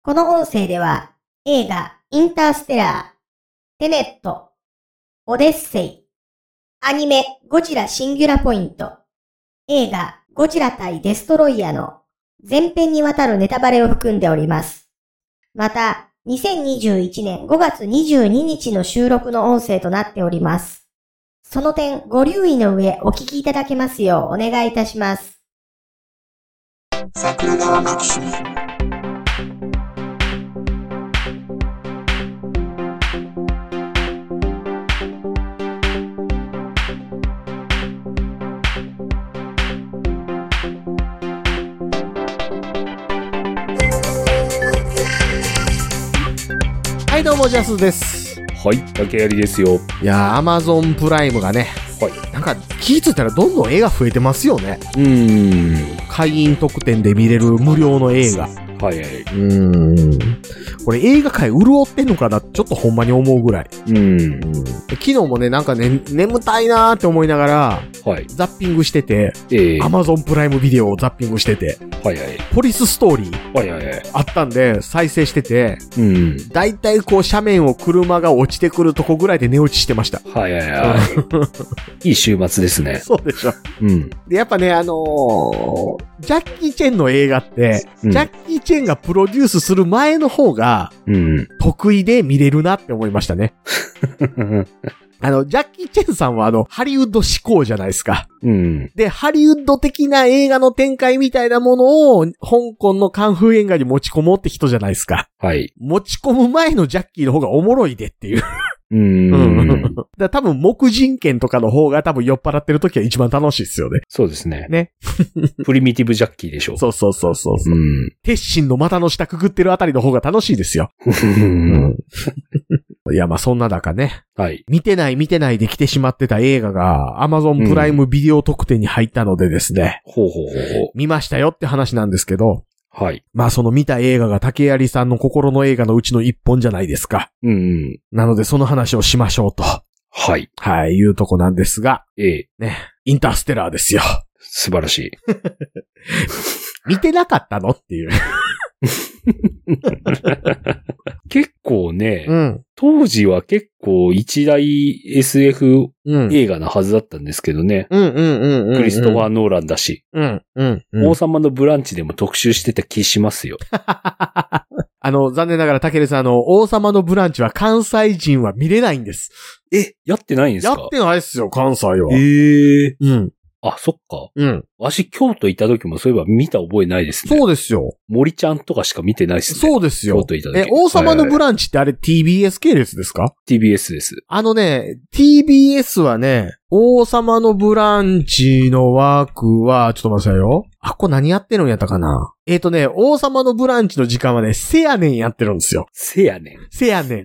この音声では映画インターステラー、テネット、オデッセイ、アニメゴジラシンギュラポイント、映画ゴジラ対デストロイヤーの前編にわたるネタバレを含んでおります。また、2021年5月22日の収録の音声となっております。その点ご留意の上お聞きいただけますようお願いいたします。 桜川マキシム。 はいどうもジャスです。 はい、竹槍ですよ。 いやー、Amazon プライムがね、 はい。 なんか気ぃついたらどんどん映画増えてますよね。会員特典で見れる無料の映画。 はいはい。 これ映画界潤ってんのかなちょっとほんまに思うぐらい。昨日もね、なんかね、眠たいなーって思いながら、 はい。 ザッピングしてて、Amazon プライムビデオをザッピングしてて、 はいはい。 ポリスストーリー、 はいはいはい。 あったんで、再生してて、だいたいこう斜面を車が落ちてくるとこぐらいで寝落ちしてました。 はいはいはい。いい週末ですね。 そうでしょ。で、やっぱね、ジャッキー・チェンの映画って、ジャッキー・チェンがプロデュースする前の方が、得意で見れるなって思いましたね。ジャッキー・チェンさんはハリウッド志向じゃないですか。で、ハリウッド的な映画の展開みたいなものを、香港のカンフー映画に持ち込もうって人じゃないですか。 はい。 持ち込む前のジャッキーの方がおもろいでっていう。だ多分、木人剣とかの方が多分酔っ払ってる時は一番楽しいですよね。 そうですね。 ね。 プリミティブジャッキーでしょ。 そう。鉄心の股の下くぐってるあたりの方が楽しいですよ。いや、まあそんな中ね。 はい。 見てないで来てしまってた映画が Amazon プライムビデオ特典に入ったのでですね。見ましたよって話なんですけど。 はい。 まあその見た映画が竹槍さんの心の映画のうちの一本じゃないですか。なのでその話をしましょうと。 はい。 はい、いうとこなんですが。ね。インターステラーですよ。 素晴らしい。 見てなかったのっていう。 結構ね、当時は結構一大 SF 映画なはずだったんですけどね。クリストファー・ノーランだし。王様のブランチでも特集してた気しますよ。 残念ながら竹内さん、王様のブランチは関西人は見れないんです。 やってないんですか？ やってないっすよ、関西は。 あ、そっか。わし、京都行った時もそういえば見た覚えないですね。 そうですよ。 森ちゃんとかしか見てないですね。 そうですよ。 京都行った時。 王様のブランチってあれ TBS 系列ですか？ TBS です。 TBS はね、王様のブランチの枠は、ちょっと待ってくださいよ。これ何やってるんやったかな？王様のブランチの時間はね、せやねんやってるんですよ。 せやねん。 せやねん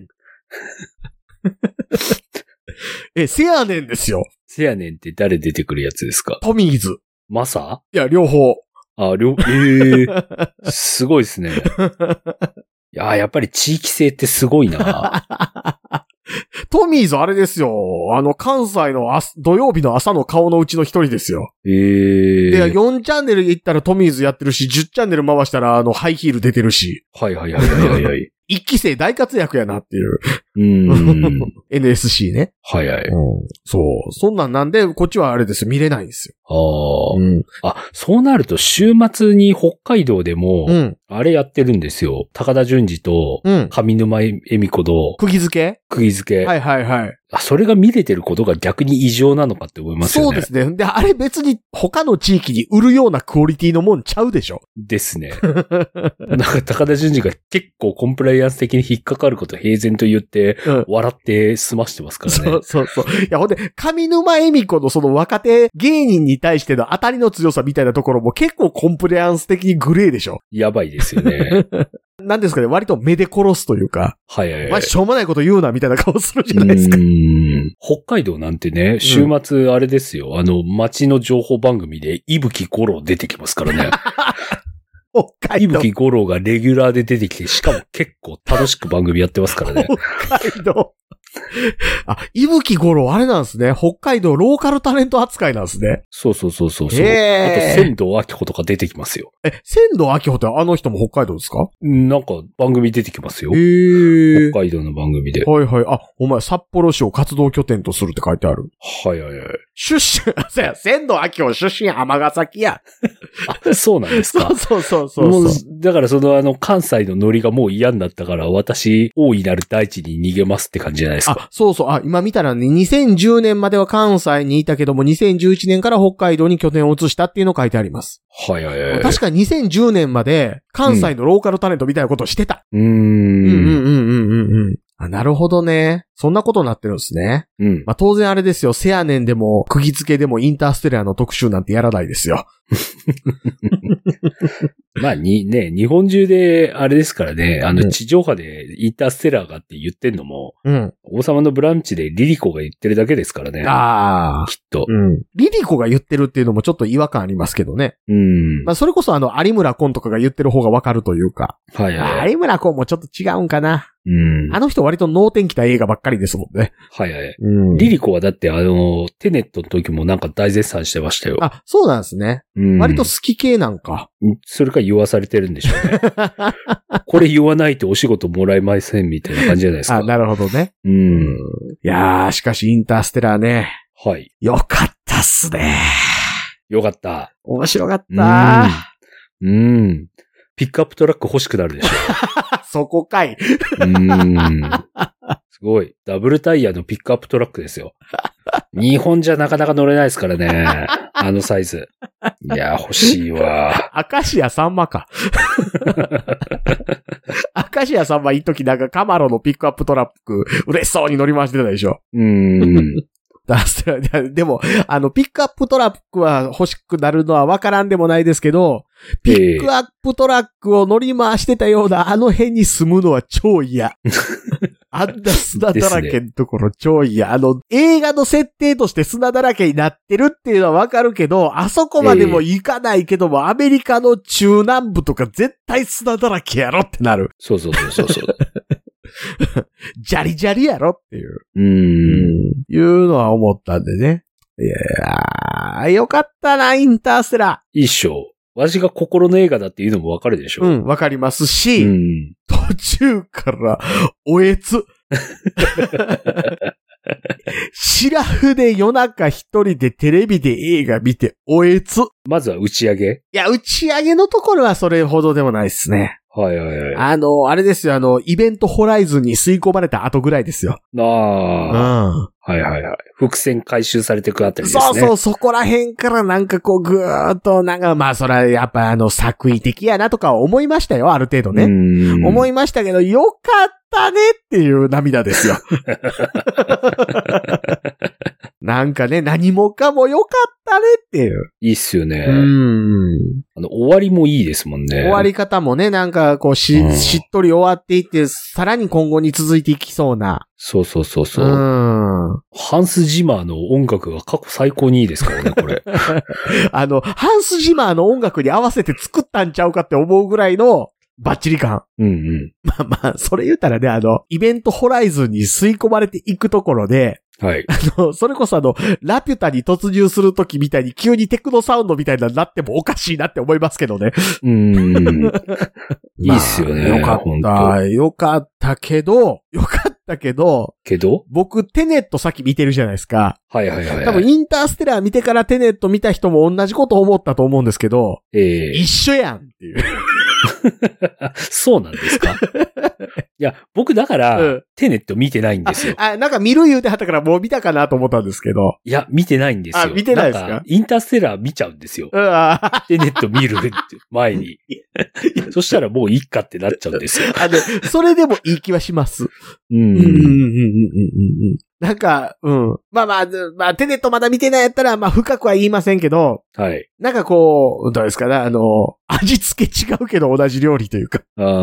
ですよ。 せやねんって誰出てくるやつですか？ トミーズ。 マサ？ いや、両方。 すごいですね。いや、やっぱり地域性ってすごいな。 トミーズあれですよ。関西の土曜日の朝の顔のうちの一人ですよ。で、4チャンネル行ったらトミーズやってるし、10チャンネル回したらハイヒール出てるし。 はい。 一期生大活躍やなっていう。NSC ね。 はい。 そう。そんなんで、こっちはあれです。見れないんですよ。 そうなると週末に北海道でも、あれやってるんですよ。高田純次と、上沼恵美子と、 釘付け。はい。 それが見れてることが逆に異常なのかって思いますよね。 そうですね。で、あれ別に他の地域に売るようなクオリティのもんちゃうでしょ。 ですね。なんか高田純次が結構コンプライアンス的に引っかかること平然と言って、笑って済ましてますからね。 そう。いや、ほんで、上沼恵美子のその若手芸人に対しての当たりの強さみたいなところも結構コンプライアンス的にグレーでしょ。 やばいですよね。 なんですかね、割と目で殺すというか。 はい。 まあ、しょうもないこと言うなみたいな顔するじゃないですか。 北海道なんてね、週末あれですよ。街の情報番組で伊吹五郎出てきますからね。 北海道。 伊吹五郎がレギュラーで出てきて、しかも結構楽しく番組やってますからね。 北海道。 伊吹五郎あれなんですね。北海道ローカルタレント扱いなんですね。 そう。あと、仙道明子とか出てきますよ。 仙道明子ってあの人も北海道ですか？ なんか番組出てきますよ。北海道の番組で。 はいはい。あ、お前札幌市を活動拠点とするって書いてある。 はい。 出身、そうや、仙道明子出身尼崎や。 そうなんですか？ そう。 もう、だから関西のノリがもう嫌になったから、私、大いなる大地に逃げますって感じじゃないですか。 そう。今見たらね、2010年までは関西にいたけども、2011年から北海道に拠点を移したっていうの書いてあります。 はい。 確かに2010年まで関西のローカルタレントみたいなことをしてた。なるほどね。そんなことになってるんですね。当然あれですよ。せやねんでも、釘付けでもインターステラーの特集なんてやらないですよ。 日本中で、あれですからね、地上波でインターステラーがって言ってんのも、王様のブランチでリリコが言ってるだけですからね。きっと。リリコが言ってるっていうのもちょっと違和感ありますけどね。それこそ有村昆とかが言ってる方がわかるというか。有村昆もちょっと違うんかな。あの人割と脳天気た映画ばっかりですもんね。リリコはだってテネットの時もなんか大絶賛してましたよ。 そうなんですね。割と好き系なんか。 それか言わされてるんでしょうね。これ言わないとお仕事もらえませんみたいな感じじゃないですか。 なるほどね。いやー、しかしインターステラーね。よかったっすね。 よかった。 面白かった。 ピックアップトラック欲しくなるでしょ。 そこかい。 すごい。ダブルタイヤのピックアップトラックですよ。日本じゃなかなか乗れないですからね。あのサイズ。いや、欲しいわ。 明石家さんまか。明石家さんま一時なんかカマロのピックアップトラック嬉しそうに乗り回してたでしょ。でも、ピックアップトラックは欲しくなるのはわからんでもないですけど、ピックアップトラックを乗り回してたようなあの辺に住むのは超嫌。あんな砂だらけのところ超嫌。映画の設定として砂だらけになってるっていうのはわかるけど、あそこまでも行かないけども、アメリカの中南部とか絶対砂だらけやろってなる。 そう。 ジャリジャリやろっていう。いうのは思ったんでね。いやー、よかったな、インターステラー。 いいっしょ。わしが心の映画だっていうのもわかるでしょ。 わかりますし、途中から、おえつ。シラフで夜中一人でテレビで映画見て、おえつ。 まずは打ち上げ？ いや、打ち上げのところはそれほどでもないですね。 はい。 あれですよ、イベントホライズンに吸い込まれた後ぐらいですよ。はい。 伏線回収されていくあたりですね。 そこら辺からなんかこうぐーっとそれはやっぱ作為的やなとか思いましたよ、ある程度ね。思いましたけど、よかったねっていう涙ですよ。なんかね、何もかもよかったねっていう。 いいっすよね。終わりもいいですもんね。 終わり方もね、なんかこうしっとり終わっていって、さらに今後に続いていきそうな。 そう。ハンス・ジマーの音楽が過去最高にいいですからね、これ。 ハンス・ジマーの音楽に合わせて作ったんちゃうかって思うぐらいのバッチリ感。それ言ったらね、イベントホライズンに吸い込まれていくところで、それこそラピュタに突入するときみたいに急にテクノサウンドみたいになってもおかしいなって思いますけどね。 いいっすよね。 よかったけど、僕テネットさっき見てるじゃないですか。多分インターステラー見てからテネット見た人も同じこと思ったと思うんですけど、一緒やんっていう。 そうなんですか？いや、僕だから、テネット見てないんですよ。 なんか見る言うてはったからもう見たかなと思ったんですけど。 いや、見てないんですよ。 見てないですか？ インターステラー見ちゃうんですよ。テネット見るって前に。そしたらもういいかってなっちゃうんですよ。 それでもいい気はします。なんか、テネットまだ見てないやったら、深くは言いませんけど、なんかこう、どうですかね、味付け違うけど同じ料理というか。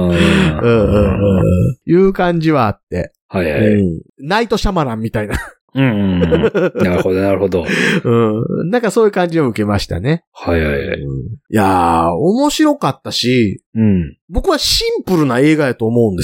いう感じはあって。ナイトシャマランみたいな。 なるほど。 なんかそういう感じを受けましたね。いやー、面白かったし、僕はシンプルな映画やと思うんですよ。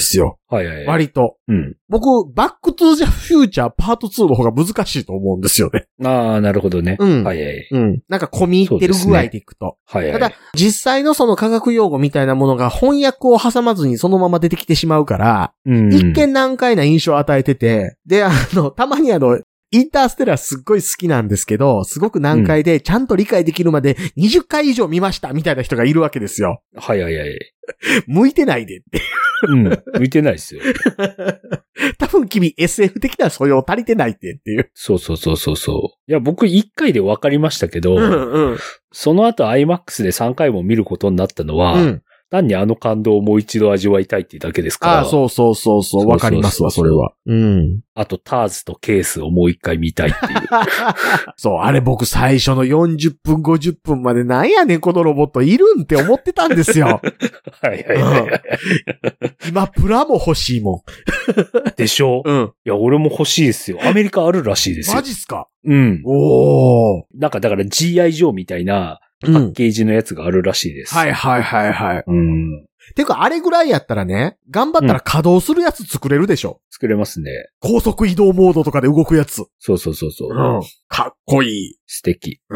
はいはい。 割と。 うん。 僕、バックトゥーザフューチャーパート2の方が難しいと思うんですよね。 ああ、なるほどね。 うん。 はいはい。 うん。なんか込み入ってる具合でいくと。 はいはい。 ただ、実際のその科学用語みたいなものが翻訳を挟まずにそのまま出てきてしまうから、一見難解な印象を与えてて、で、たまにインターステラーすっごい好きなんですけど、すごく難解でちゃんと理解できるまで20回以上見ましたみたいな人がいるわけですよ。 はいはいはい。 向いてないでって。 うん。向いてないですよ。 多分君 SF 的な素養足りてないっていう。 そう。いや、僕1回で分かりましたけど、その後 IMAX で3回も見ることになったのは、単に感動をもう一度味わいたいっていうだけですから。 ああ、そう。わかりますわ、それは。うん。 あと、ターズとケースをもう一回見たいっていう。 そう、あれ僕最初の40分、50分までなんやねん、このロボットいるんって思ってたんですよ。 はい。 今、プラも欲しいもん。でしょ？うん。いや、俺も欲しいですよ。アメリカあるらしいですよ。 マジっすか？ うん。 おー。 なんか、だから GI ジョーみたいな、パッケージのやつがあるらしいです。 はい。うん。てか、あれぐらいやったらね、頑張ったら稼働するやつ作れるでしょ。 作れますね。 高速移動モードとかで動くやつ。 そう。 うん。かっこいい。 素敵。 うん。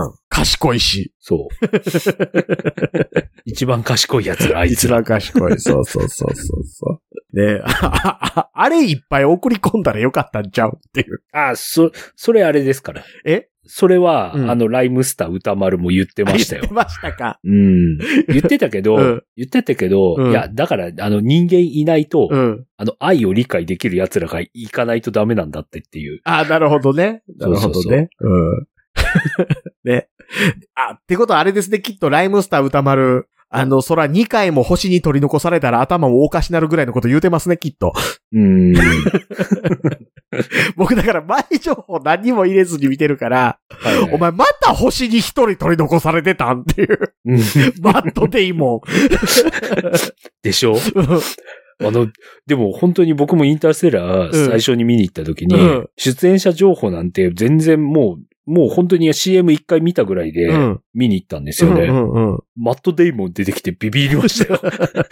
賢いし。 そう。一番賢いやつがあいつ。 一番賢い。そう。ねあれいっぱい送り込んだらよかったんちゃうっていう。 あ、それあれですから。それは、ライムスター歌丸も言ってましたよ。 言ってましたか。 うん。言ってたけど、いや、だから、人間いないと、愛を理解できる奴らがいかないとダメなんだっていう。 あ、なるほどね。なるほどね。ね。ってことはあれですね、きっとライムスター歌丸、そら2回も星に取り残されたら頭もおかしなるぐらいのこと言うてますね、きっと。僕だから前情報何にも入れずに見てるから、お前また星に一人取り残されてたんっていう。マットデイモン。 でしょ？でも本当に僕もインターステラー最初に見に行った時に、出演者情報なんて全然もう本当に CM1 回見たぐらいで見に行ったんですよね。マットデイモン出てきてビビりましたよ。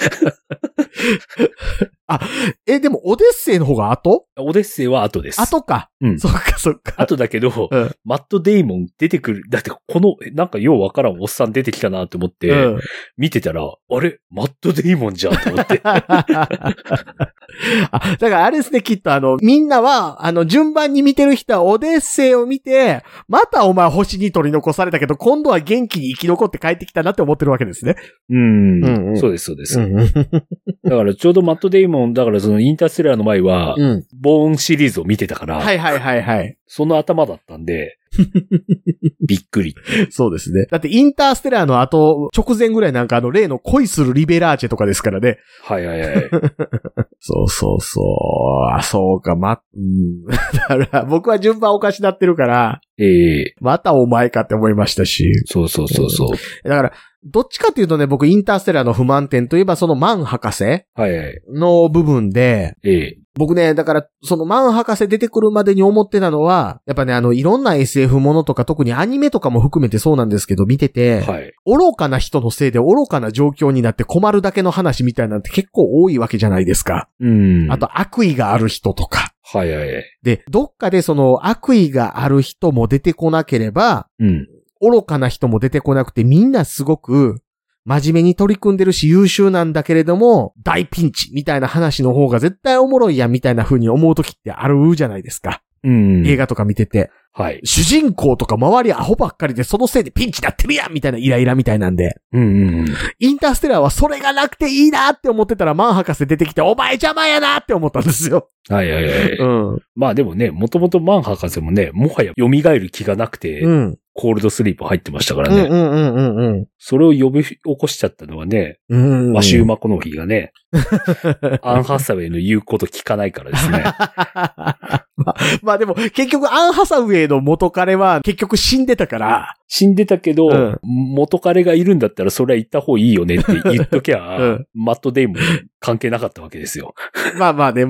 でもオデッセイの方が後？ オデッセイは後です。 後か。 うん。 そっか。 後だけど、マットデイモン出てくる。だってなんかようわからんおっさん出てきたなって思って、見てたら、あれマットデイモンじゃんと思って。だからあれですね、きっとみんなは、順番に見てる人はオデッセイを見て、またお前星に取り残されたけど、今度は元気に生き残って帰ってきたなって思ってるわけですね。 そうです。だからちょうどマットデイモン、だからそのインターステラーの前は、ボーンシリーズを見てたから、 はい。 その頭だったんで、びっくり。 そうですね。だってインターステラーの後、直前ぐらいなんか例の恋するリベラーチェとかですからね。 はい。 そう。そうか、だから僕は順番おかしなってるから、またお前かって思いましたし。 そう。 だから、どっちかっていうとね、僕インターステラーの不満点といえばそのマン博士の部分で、僕ね、だから、そのマン博士出てくるまでに思ってたのは、やっぱね、いろんな SF ものとか、特にアニメとかも含めてそうなんですけど、見てて、愚かな人のせいで愚かな状況になって困るだけの話みたいなんて結構多いわけじゃないですか。あと、悪意がある人とか。で、どっかでその悪意がある人も出てこなければ、愚かな人も出てこなくて、みんなすごく、真面目に取り組んでるし優秀なんだけれども、大ピンチみたいな話の方が絶対おもろいやんみたいな風に思う時ってあるじゃないですか。映画とか見てて。主人公とか周りアホばっかりでそのせいでピンチなってるやんみたいなイライラみたいなんで。インターステラーはそれがなくていいなって思ってたらマン博士出てきてお前邪魔やなって思ったんですよ。まあでもね、もともとマン博士もね、もはや蘇る気がなくて、コールドスリープ入ってましたからね。それを呼び起こしちゃったのはね、マシューマコノヒがね、アン・ハサウェイの言うこと聞かないからですね。まあでも結局アン・ハサウェイの元彼は結局死んでたから、 死んでたけど、元彼がいるんだったらそれは行った方がいいよねって言っときゃ、マット・デイモン関係なかったわけですよ。 まあね。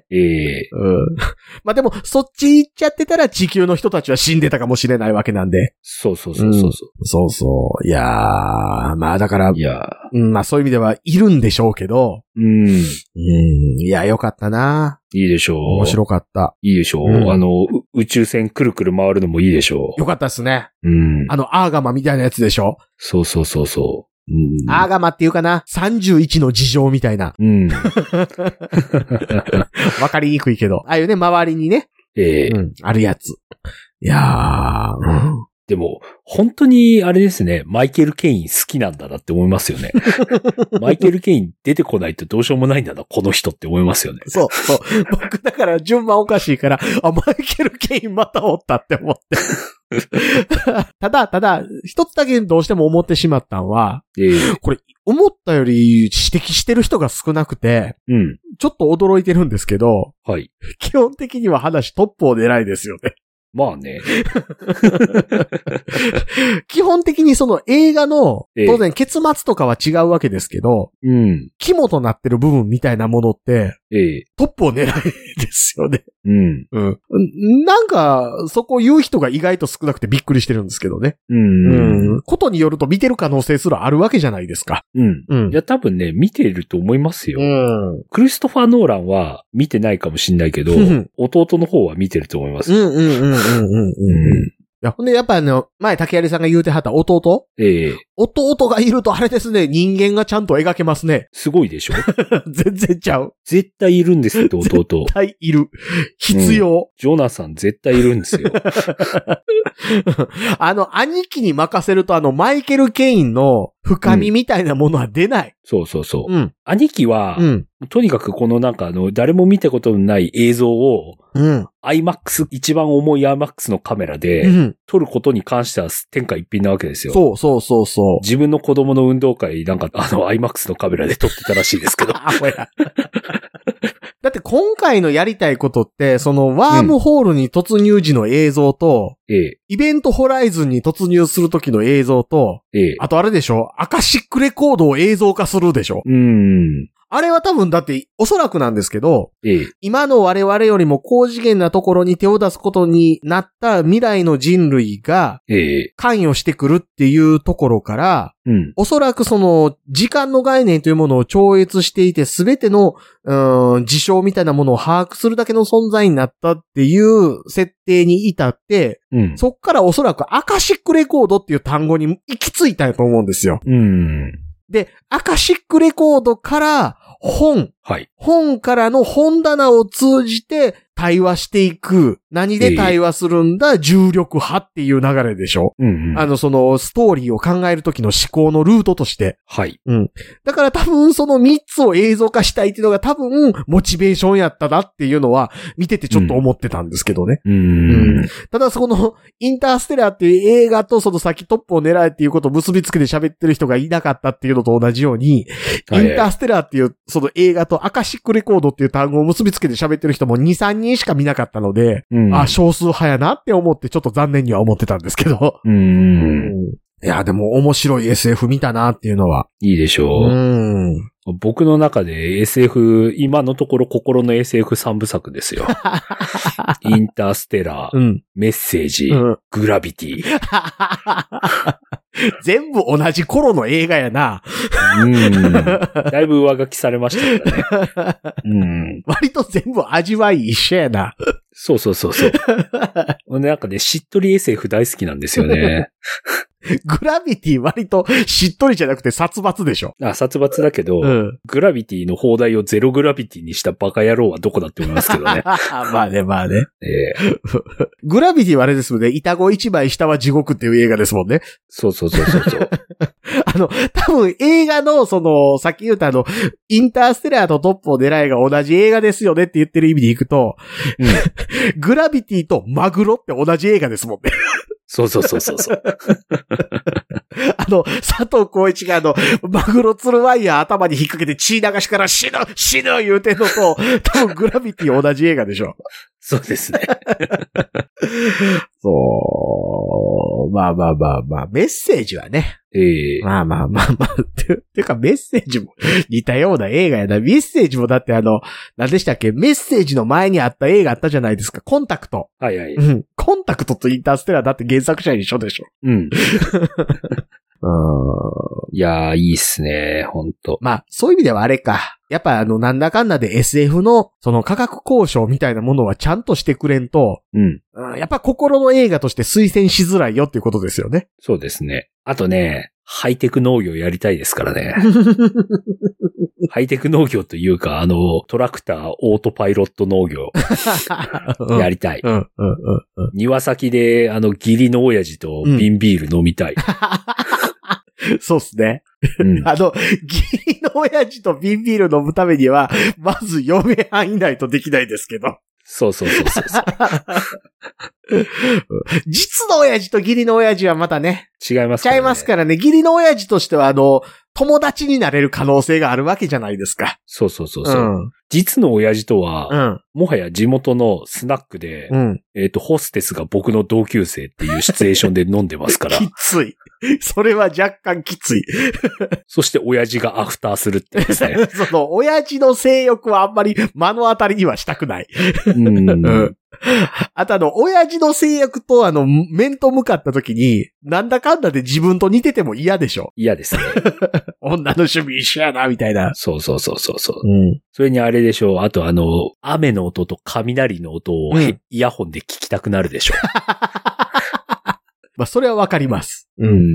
まあでも、そっち行っちゃってたら地球の人たちは死んでたかもしれないわけなんで。 そう。そう。 いやー、まあだから、まあそういう意味ではいるんでしょうけど。いや、よかったな。 いいでしょう。 面白かった。 いいでしょう。宇宙船くるくる回るのもいいでしょう。 よかったですね。アーガマみたいなやつでしょ。 そう。 アーガマっていうかな、31の事情みたいな。わかりにくいけど。ああいうね、周りにね。あるやつ。いやー。 でも、本当にあれですね、マイケル・ケイン好きなんだなって思いますよね。マイケル・ケイン出てこないとどうしようもないんだな、この人って思いますよね。 そう。僕だから順番おかしいから、マイケル・ケインまたおったって思って。ただ、一つだけどうしても思ってしまったんは、これ、思ったより指摘してる人が少なくて、ちょっと驚いてるんですけど、基本的には話トップを狙いですよね。 まあね。 基本的にその映画の、当然結末とかは違うわけですけど、肝となってる部分みたいなものって、トップを狙いですよね。なんか、そこ言う人が意外と少なくてびっくりしてるんですけどね。ことによると見てる可能性すらあるわけじゃないですか。 いや、多分ね、見てると思いますよ。クリストファー・ノーランは見てないかもしんないけど、弟の方は見てると思います。いや、ほんで、やっぱ前、竹槍さんが言うてはった弟弟がいるとあれですね、人間がちゃんと描けますね。 すごいでしょ全然ちゃう。 絶対いるんですって、弟。 絶対いる。必要。 ジョナサン絶対いるんですよ。 兄貴に任せるとマイケル・ケインの深みみたいなものは出ない。 そう。兄貴は、とにかくこのなんか誰も見たことのない映像を、IMAX、一番重い IMAX のカメラで、撮ることに関しては天下一品なわけですよ。 そう。 自分の子供の運動会なんかIMAX のカメラで撮ってたらしいですけど。 だって今回のやりたいことって、そのワームホールに突入時の映像と、イベントホライズンに突入する時の映像と、あとあれでしょ、アカシックレコードを映像化するでしょ。あれは多分だっておそらくなんですけど、今の我々よりも高次元なところに手を出すことになった未来の人類が関与してくるっていうところから、おそらくその時間の概念というものを超越していて全ての事象みたいなものを把握するだけの存在になったっていう設定に至って、そっからおそらくアカシックレコードっていう単語に行き着いたんやと思うんですよ。で、アカシックレコードから本からの本棚を通じて対話していく。何で対話するんだ、重力波っていう流れでしょ。そのストーリーを考えるときの思考のルートとして。だから多分その3つを映像化したいっていうのが多分モチベーションやったなっていうのは見ててちょっと思ってたんですけどね。ただそのインターステラーっていう映画とその先トップを狙えっていうことを結びつけて喋ってる人がいなかったっていうのと同じように、インターステラーっていうその映画とアカシックレコードっていう単語を結びつけて喋ってる人も2、3人しか見なかったので、少数派やなって思ってちょっと残念には思ってたんですけど。いや、でも面白い SF 見たなっていうのは。 いいでしょう。僕の中で SF、今のところ心の SF3 部作ですよ。インターステラー、メッセージ、グラビティ。 全部同じ頃の映画やな。 だいぶ上書きされましたからね。 割と全部味わい一緒やな。 そう。なんかね、しっとり SF 大好きなんですよね。 グラビティ割としっとりじゃなくて殺伐でしょ。 殺伐だけど、グラビティの放題をゼログラビティにしたバカ野郎はどこだって思いますけどね。 まあね。グラビティはあれですもんね。イタゴ一枚下は地獄っていう映画ですもんね。 そう。 多分映画のさっき言ったインターステラーとトップを狙いが同じ映画ですよねって言ってる意味でいくと、グラビティとマグロって同じ映画ですもんね。 そう。 佐藤浩市がマグロ釣るワイヤー頭に引っ掛けて血流しから死ぬ言うてんのと、多分グラビティ同じ映画でしょ。 そうですね。 そう。まあ、メッセージはね。まあ。てかメッセージも似たような映画やな。メッセージもだって何でしたっけ？メッセージの前にあった映画あったじゃないですか。コンタクト。 はいはい。 うん。コンタクトとインターステラーだって原作者一緒でしょ。 うん。いやー、いいっすね、ほんと。 まあ、そういう意味ではあれか。やっぱなんだかんだで SF の、その価格交渉みたいなものはちゃんとしてくれんと、やっぱ心の映画として推薦しづらいよっていうことですよね。 そうですね。あとね、ハイテク農業やりたいですからね。ハイテク農業というか、トラクターオートパイロット農業。やりたい。庭先で、義理の親父と瓶ビール飲みたい。 そうっすね。義理の親父と瓶ビール飲むためには、まず嫁はんいないとできないですけど。 そう。 実の親父と義理の親父はまたね。 違いますからね。 違いますからね。義理の親父としては友達になれる可能性があるわけじゃないですか。 そう。実の親父とは、もはや地元のスナックで、ホステスが僕の同級生っていうシチュエーションで飲んでますから。 きつい。それは若干きつい。 そして親父がアフターするってですね。 親父の性欲はあんまり目の当たりにはしたくない。あと親父の性欲と面と向かった時に、なんだかんだで自分と似てても嫌でしょ。 嫌ですね。 女の趣味一緒やな、みたいな。 そう。それにあれでしょう。あと雨の音と雷の音をイヤホンで聞きたくなるでしょ。 まあ、それはわかります。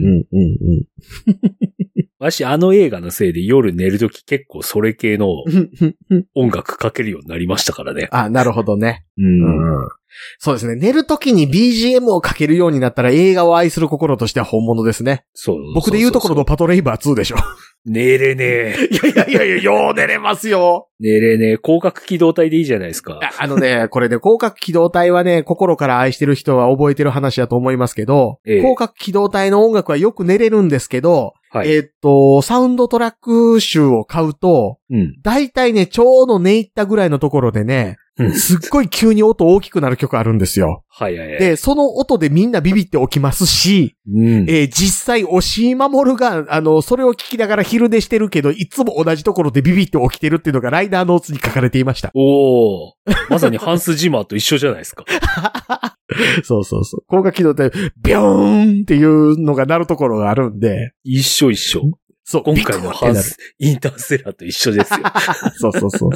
私、映画のせいで夜寝るとき結構それ系の音楽かけるようになりましたからね。 あ、なるほどね。そうですね。寝るときに BGM をかけるようになったら映画を愛する心としては本物ですね。 そう。 僕で言うところのパトレイバー2でしょ。 寝れねえ。 いや、よう寝れますよ。 寝れねえ。広角機動隊でいいじゃないですか。 これね、広角機動隊はね、心から愛してる人は覚えてる話だと思いますけど、広角機動隊の音楽はよく寝れるんですけど、サウンドトラック集を買うと、だいたいね、ちょうど寝入ったぐらいのところでね、すっごい急に音大きくなる曲あるんですよ。で、その音でみんなビビって起きますし、実際、押井守が、それを聞きながら昼寝してるけど、いつも同じところでビビって起きてるっていうのがライナーノーツに書かれていました。 おー。まさにハンス・ジマーと一緒じゃないですか。 そう。広角機動隊、ビョーンっていうのが鳴るところがあるんで。 一緒。そう。今回のハンス、インターステラーと一緒ですよ。 そう。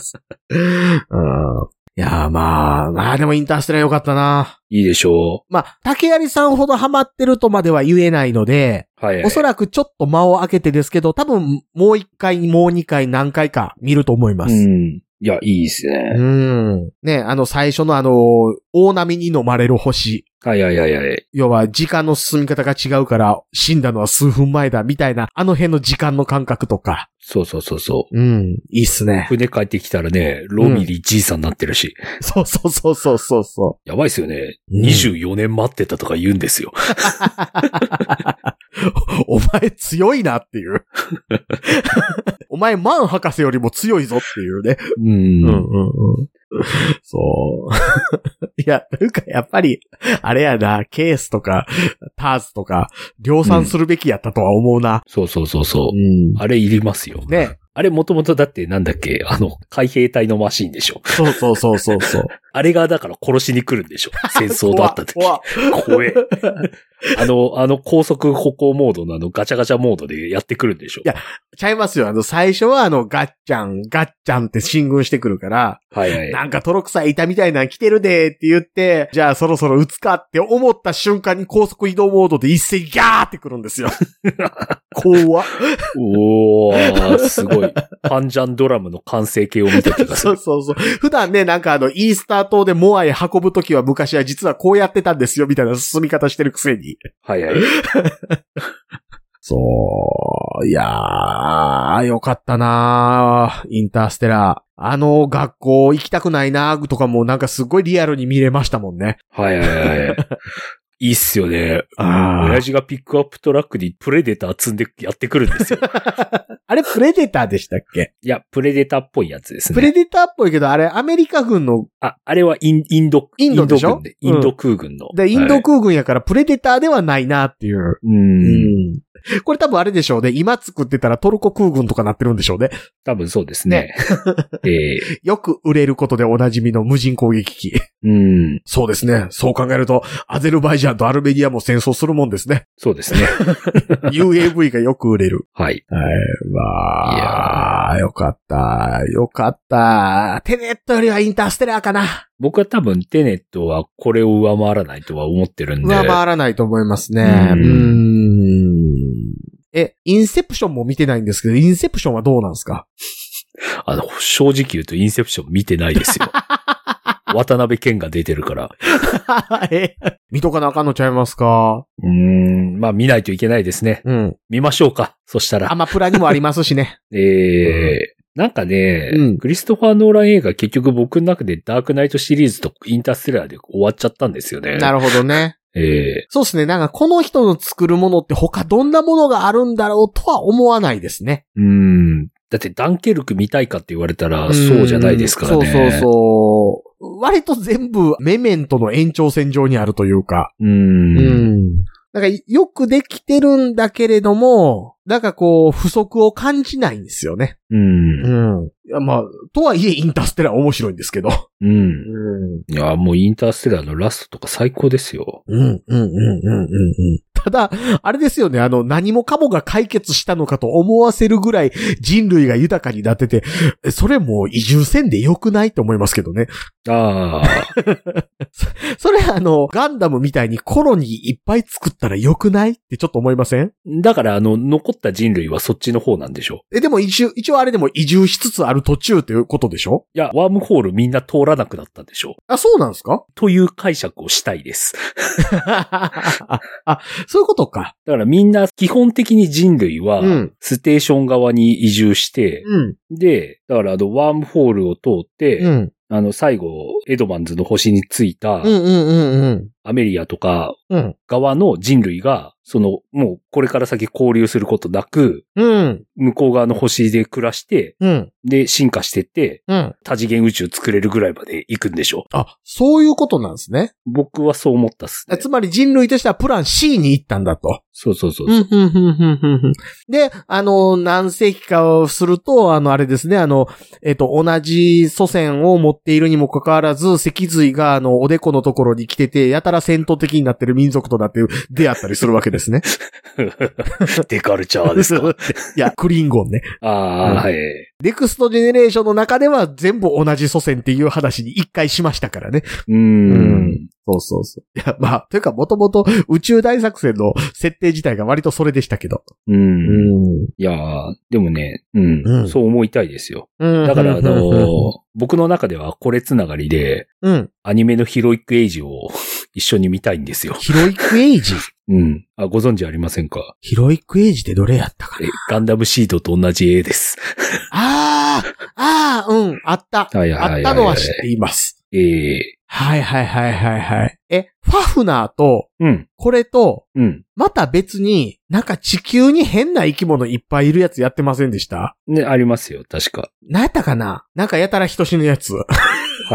いやーまあでもインターステラーよかったな。 いいでしょう。まあ、竹槍さんほどハマってるとまでは言えないので、おそらくちょっと間を空けてですけど、多分もう一回、もう2回何回か見ると思います。 いや、いいですね。 ね、最初の大波に飲まれる星。要は、時間の進み方が違うから、死んだのは数分前だ、みたいな、辺の時間の感覚とか。 そう。 いいっすね。 船帰ってきたらね、ロミリじいさんになってるし。 そう。 やばいっすよね。24年待ってたとか言うんですよ。 お前強いなっていう。お前マン博士よりも強いぞっていうね。そう。いや、なんかやっぱり、あれやな、ケースとか、ターズとか、量産するべきやったとは思うな。 そう。あれいりますよ。 ね。 あれもともとだってなんだっけ海兵隊のマシンでしょ。 そう。 あれがだから殺しに来るんでしょ。戦争だった時。怖え。高速歩行モードのガチャガチャモードでやってくるんでしょ。 いや、ちゃいますよ。最初はガッチャンって進軍してくるから、なんか泥臭い板みたいなの来てるでって言って、じゃあそろそろ撃つかって思った瞬間に高速移動モードで一斉にギャーってくるんですよ。怖っ。 おー、すごい。パンジャンドラムの完成形を見た気がする。 そう。普段ね、なんかイースター島でモアへ運ぶときは昔は実はこうやってたんですよ、みたいな進み方してるくせに。そう。いやー、よかったなー。インターステラー。学校行きたくないなーとかもなんかすごいリアルに見れましたもんね。 いいっすよね。親父がピックアップトラックにプレデター積んでやってくるんですよ。 あれプレデターでしたっけ？ いや、プレデターっぽいやつですね。 プレデターっぽいけど、あれアメリカ軍の。 あれはインドでしょ？ インド空軍の。 で、インド空軍やからプレデターではないなっていう。これ多分あれでしょうね。今作ってたらトルコ空軍とかなってるんでしょうね。 多分そうですね。 よく売れることでおなじみの無人攻撃機。そうですね。そう考えると、アゼルバイジャンとアルメニアも戦争するもんですね。 そうですね。 UAV がよく売れる。 はい。 まあ、よかった。よかった。テネットよりはインターステラーかな。 僕は多分テネットはこれを上回らないとは思ってるんで。 上回らないと思いますね。インセプションも見てないんですけど、インセプションはどうなんですか？ 正直言うとインセプション見てないですよ。渡辺謙が出てるから。 見とかなあかんのちゃいますか？ まあ見ないといけないですね。見ましょうか。そしたら。 アマプラにもありますしね。 なんかね、クリストファー・ノーラン映画結局僕の中でダークナイトシリーズとインターステラーで終わっちゃったんですよね。 なるほどね。そうですね。なんかこの人の作るものって他どんなものがあるんだろうとは思わないですね。 だってダンケルク見たいかって言われたらそうじゃないですからね。 そう。割と全部メメントの延長線上にあるというか。なんかよくできてるんだけれども、なんかこう不足を感じないんですよね。いやまあ、とはいえインターステラー面白いんですけど。 いや、もうインターステラーのラストとか最高ですよ。 ただ、あれですよね、何もかもが解決したのかと思わせるぐらい人類が豊かになってて、それもう移住せんでよくないと思いますけどね。それガンダムみたいにコロニーいっぱい作ったらよくないってちょっと思いません？ だから残った人類はそっちの方なんでしょ？ でも一応あれでも移住しつつある途中っていうことでしょ？ いや、ワームホールみんな通らなくなったんでしょ？ そうなんですか？ という解釈をしたいです。 そういうことか。 だからみんな基本的に人類はステーション側に移住して、で、だからワームホールを通って、最後、エドマンズの星に着いた、アメリアとか、側の人類が、もうこれから先交流することなく、向こう側の星で暮らして、で、進化してって、多次元宇宙作れるぐらいまで行くんでしょ。 そういうことなんですね。 僕はそう思ったっすね。 つまり人類としてはプラン C に行ったんだと。 そう。 で、何世紀かをすると、あれですね、同じ祖先を持っているにもかかわらず、脊髄がおでこのところに来てて、やたら戦闘的になってる民族となって出会ったりするわけですね。 デカルチャーですか？ いや、クリンゴンね。 はい。 ネクストジェネレーションの中では全部同じ祖先っていう話に一回しましたからね。そう。いや、まあ、というかもともと宇宙大作戦の設定自体が割とそれでしたけど。 いやー、でもね、そう思いたいですよ。だから僕の中ではこれつながりで、アニメのヒロイックエイジを一緒に見たいんですよ。 ヒロイックエイジ？ ご存知ありませんか？ ヒロイックエイジってどれやったかな？ ガンダムシードと同じ絵です。 あった。あったのは知っています。はい。ファフナーと、これと、また別に、なんか地球に変な生き物いっぱいいるやつやってませんでした？ ね、ありますよ、確か。 何やったかな？なんかやたら人死ぬやつ。 はい。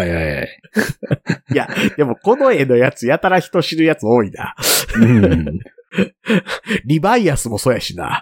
いや、でもこの絵のやつやたら人死ぬやつ多いな。リバイアスもそうやしな。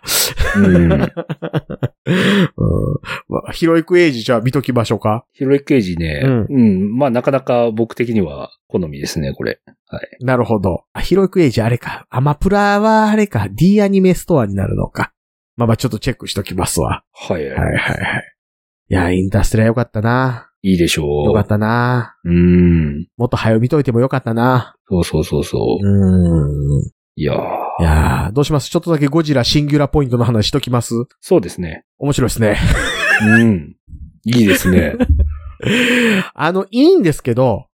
ヒロイックエイジじゃあ見ときましょうか。 ヒロイックエイジね。まあなかなか僕的には好みですね、これ。はい。 なるほど。ヒロイックエイジあれか。アマプラはあれか。D アニメストアになるのか。まあちょっとチェックしときますわ。 はい。 いや、インターステラーよかったな。 いいでしょう。 よかったな。もっと早見といてもよかったな。 そう。いやー、どうします？ちょっとだけゴジラシンギュラポイントの話しときます？ そうですね。 面白いですね。 いいですね。 いいんですけど、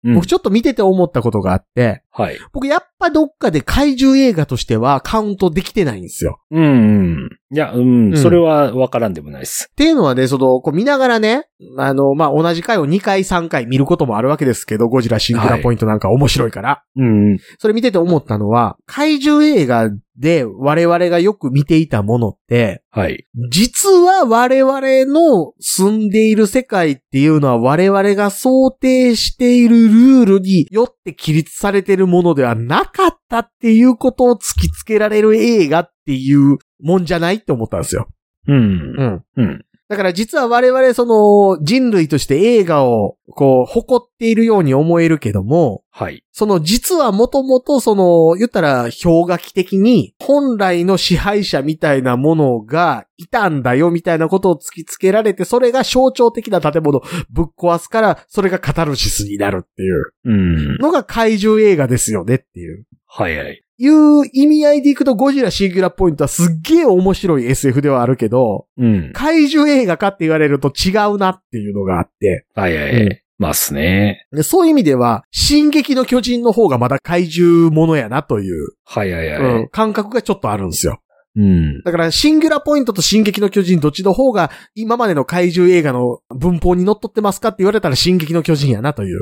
僕ちょっと見てて思ったことがあって、 はい。 僕やっぱどっかで怪獣映画としてはカウントできてないんですよ。 いや、それはわからんでもないです。 っていうのはね、こう見ながらね、同じ回を2回3回見ることもあるわけですけど、ゴジラシングラポイントなんか面白いから。それ見てて思ったのは、怪獣映画で我々がよく見ていたものって、 はい。 実は我々の住んでいる世界っていうのは我々が想定しているルールによって規律されているものではなかったっていうことを突きつけられる映画っていうもんじゃないって思ったんですよ。だから実は我々人類として映画をこう誇っているように思えるけども、 はい。 実はもともと言ったら氷河期的に本来の支配者みたいなものがいたんだよみたいなことを突きつけられて、それが象徴的な建物をぶっ壊すから、それがカタルシスになるっていうのが怪獣映画ですよねっていう。 はいはい。 いう意味合いでいくとゴジラシンギュラポイントはすっげえ面白い SF ではあるけど、怪獣映画かって言われると違うなっていうのがあって。 はいはい。ますね。 でそういう意味では、進撃の巨人の方がまだ怪獣ものやなという、 はいはいはい。 感覚がちょっとあるんですよ。だから、シンギュラポイントと進撃の巨人どっちの方が今までの怪獣映画の文法に則っってますかって言われたら進撃の巨人やなという、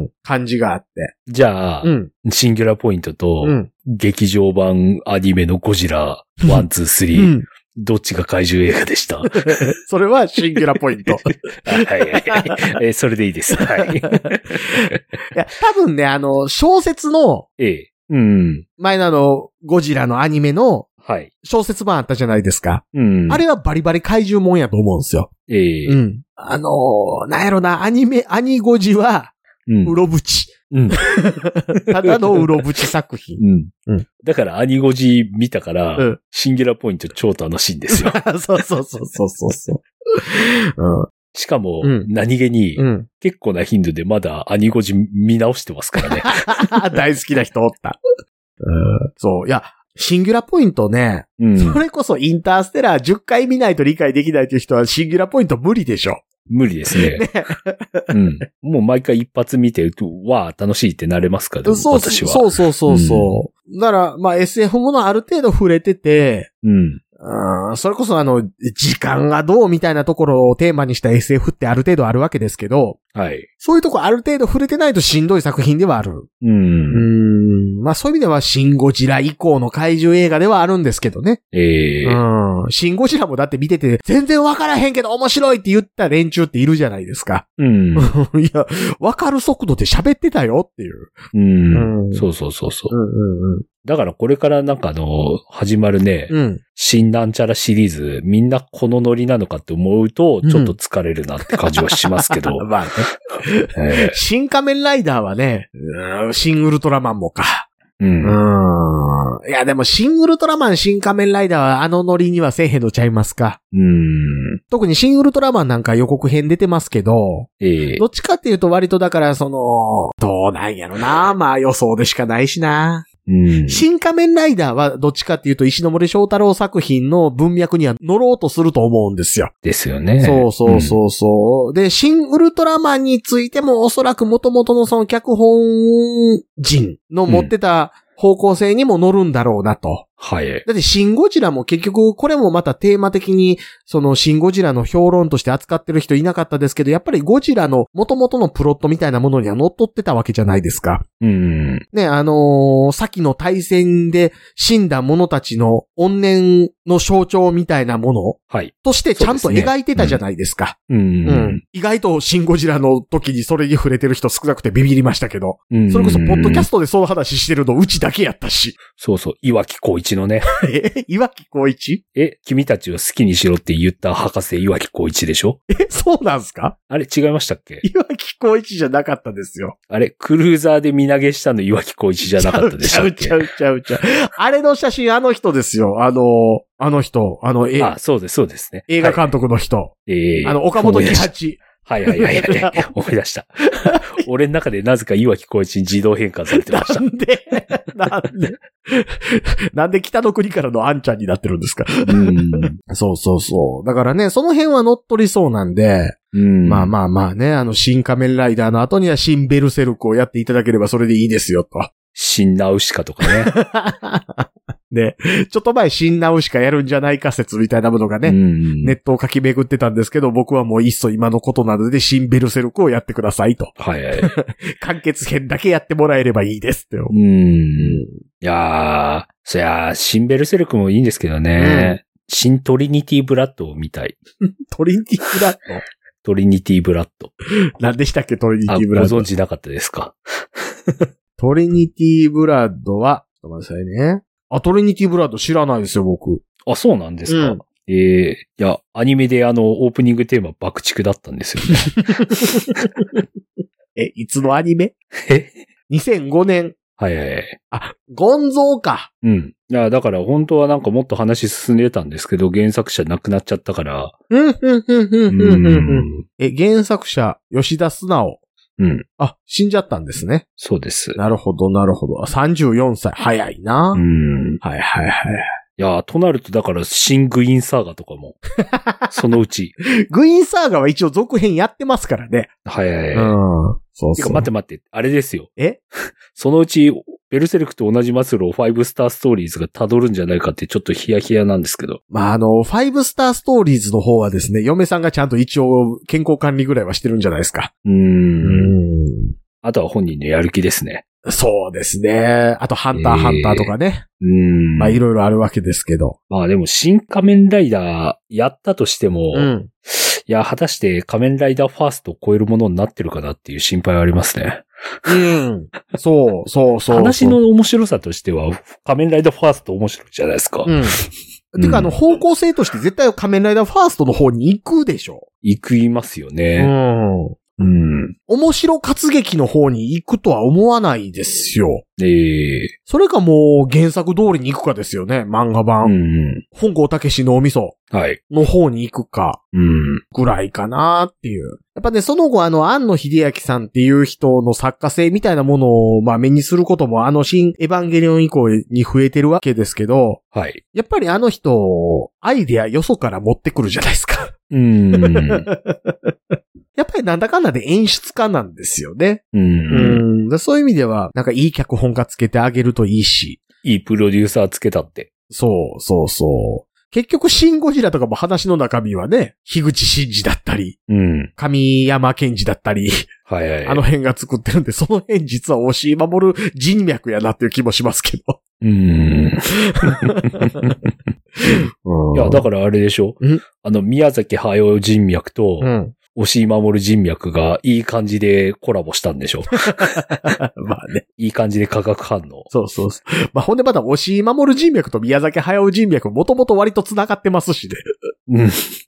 感じがあって。 じゃあ、シンギュラポイントと、劇場版アニメのゴジラ1、2、3、どっちが怪獣映画でしたそれはシンギュラポイント。 はいはいはい。それでいいです。はい。いや、多分ね、小説の、前のゴジラのアニメの、小説版あったじゃないですか。あれはバリバリ怪獣もんやと思うんですよ。なんやろな、アニゴジは、うろぶち。ただのうろぶち作品。 だからアニゴジ見たから、シンギュラポイント超楽しいんですよ。 そう。 しかも、何気に、結構な頻度でまだアニゴジ見直してますからね。 大好きな人おった。そう。いや、シンギュラポイントね、それこそインターステラー10回見ないと理解できないという人はシンギュラポイント無理でしょ。 無理ですね。もう毎回一発見てると、わー楽しいってなれますから、私は。 そう。だから、SF ものある程度触れてて、それこそ時間がどうみたいなところをテーマにした SF ってある程度あるわけですけど、そういうとこある程度触れてないとしんどい作品ではある。そういう意味ではシンゴジラ以降の怪獣映画ではあるんですけどね。シンゴジラもだって見てて全然わからへんけど面白いって言った連中っているじゃないですか。いや、わかる速度で喋ってたよっていう。 そう。だからこれから始まるね、新なんちゃらシリーズ、みんなこのノリなのかって思うと、ちょっと疲れるなって感じはしますけど。 新仮面ライダーはね、新ウルトラマンもか。いや、でも、新ウルトラマン、新仮面ライダーはあのノリにはせえへんのちゃいますか。特に新ウルトラマンなんか予告編出てますけど、どっちかっていうと割とだからどうなんやろな。予想でしかないしな。新仮面ライダーはどっちかっていうと石ノ森章太郎作品の文脈には乗ろうとすると思うんですよ。 ですよね。 そう。で、新ウルトラマンについてもおそらく元々のその脚本人の持ってた方向性にも乗るんだろうなと。だってシンゴジラも結局これもまたテーマ的にシンゴジラの評論として扱ってる人いなかったですけど、やっぱりゴジラの元々のプロットみたいなものには乗っ取ってたわけじゃないですか。ね、先の大戦で死んだ者たちの怨念の象徴みたいなものとしてちゃんと描いてたじゃないですか。意外とシンゴジラの時にそれに触れてる人少なくてビビりましたけど、それこそポッドキャストでその話してるのうちだけやったし。 そう、岩木浩一のね。 岩木浩一？ 君たちを好きにしろって言った博士岩木浩一でしょ？ そうなんすか？ あれ違いましたっけ？ 岩木浩一じゃなかったですよ。 あれクルーザーで身投げしたの岩木浩一じゃなかったでしたっけ？ ちゃう。あれの写真あの人ですよ。あの人。 そうですね。 映画監督の人。岡本喜八。 はい。思い出した。俺の中でなぜか岩木浩一に自動変換されてました。 なんで北の国からのあんちゃんになってるんですか。そう。だからね、その辺は乗っ取りそうなんで、 まあまあまあね、新仮面ライダーの後には新ベルセルクをやっていただければそれでいいですよと。 新ナウシカとかね。 で、ちょっと前新ナウシカやるんじゃないか説みたいなものがね、ネットを書き巡ってたんですけど、僕はもういっそ今のことなので新ベルセルクをやってくださいと。 はいはい。 完結編だけやってもらえればいいですって。 いやー、そりゃ、新ベルセルクもいいんですけどね。新トリニティブラッドを見たい。 トリニティブラッドトリニティブラッド。 何でしたっけトリニティブラッド。 ご存知なかったですか？ トリニティブラッドは、ちょっと待ってくださいね。トリニティブラッド知らないですよ、僕。 あ、そうなんですか。いや、アニメでオープニングテーマ爆竹だったんですよね。いつのアニメ？2005年。 はいはい。 ゴンゾーか。 いや、だから本当はなんかもっと話進んでたんですけど、原作者亡くなっちゃったから。 原作者、吉田素直。死んじゃったんですね。 そうです。 なるほど、なるほど。34歳。早いな。はいはいはい。 いや、となるとだから、新グイーンサーガとかも、そのうち。 グイーンサーガは一応続編やってますからね。 はいはいはい。 そうそう。 てか待って、あれですよ。 えそのうち、ベルセルクと同じ末路を5スターストーリーズが辿るんじゃないかってちょっとヒヤヒヤなんですけど。 まあ5スターストーリーズの方はですね、嫁さんがちゃんと一応健康管理ぐらいはしてるんじゃないですか。 あとは本人のやる気ですね。 そうですね。あとハンターハンターとかね。まあいろいろあるわけですけど。 まあでも新仮面ライダーやったとしても、いや、果たして仮面ライダーファーストを超えるものになってるかなっていう心配はありますね。 そう。 話の面白さとしては、仮面ライダーファースト面白いじゃないですか。 てか方向性として絶対仮面ライダーファーストの方に行くでしょ。 行きますよね。 面白活劇の方に行くとは思わないですよ。 それかもう原作通りに行くかですよね、漫画版。本郷武史脳みその方に行くか、ぐらいかなっていう。やっぱね、その後庵野秀明さんっていう人の作家性みたいなものを目にすることも新エヴァンゲリオン以降に増えてるわけですけど、やっぱり人、アイデアよそから持ってくるじゃないですか。やっぱりなんだかんだで演出家なんですよね。そういう意味では、なんかいい脚本家つけてあげるといいし。 いいプロデューサーつけたって。 そう。結局、シン・ゴジラとかも話の中身はね、樋口真嗣だったり、神山健二だったり、あの辺が作ってるんで、その辺実は押井守人脈やなっていう気もしますけど。 いや、だからあれでしょ？宮崎駿人脈と、押井守人脈がいい感じでコラボしたんでしょ。 まあね。 いい感じで化学反応。 そう。まあほんでまだ押井守人脈と宮崎駿人脈もともと割と繋がってますしね。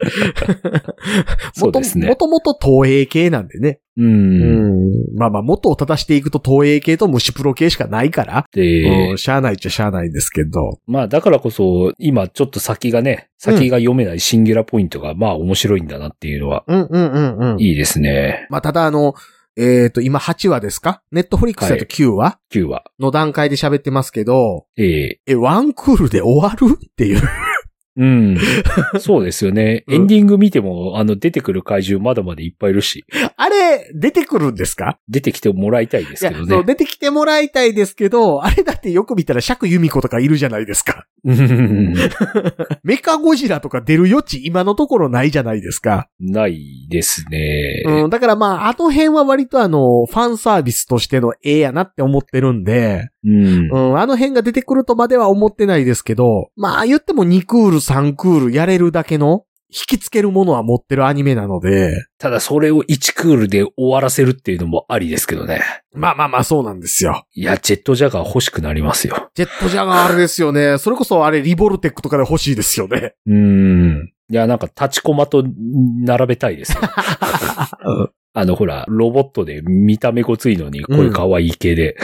そうですね。 もともと東映系なんでね。まあ元を正していくと東映系と虫プロ系しかないから。しゃあないっちゃしゃあないですけど。 まあだからこそ、今ちょっと先が読めないシンギュラポイントが面白いんだなっていうのは。いいですね。 まあただ今8話ですか？ネットフリックスだと9話？ 9話。 の段階で喋ってますけど、ワンクールで終わるっていう。 そうですよね。エンディング見ても、出てくる怪獣まだまだいっぱいいるし。 あれ、出てくるんですか？ 出てきてもらいたいですけどね。 そう、出てきてもらいたいですけど、あれだってよく見たら釈由美子とかいるじゃないですか。メカゴジラとか出る余地今のところないじゃないですか。 ないですね。 だからあの辺は割とファンサービスとしてのやなって思ってるんで、あの辺が出てくるとまでは思ってないですけど、言っても2クール3クールやれるだけの引きつけるものは持ってるアニメなので。 ただそれを1クールで終わらせるっていうのもありですけどね。 まあそうなんですよ。 いや、ジェットジャガー欲しくなりますよ。 ジェットジャガーあれですよね。それこそあれリボルテックとかで欲しいですよね。 いや、なんか立ちコマと並べたいですよ。ほら、ロボットで見た目ごついのに、こういう可愛い系で。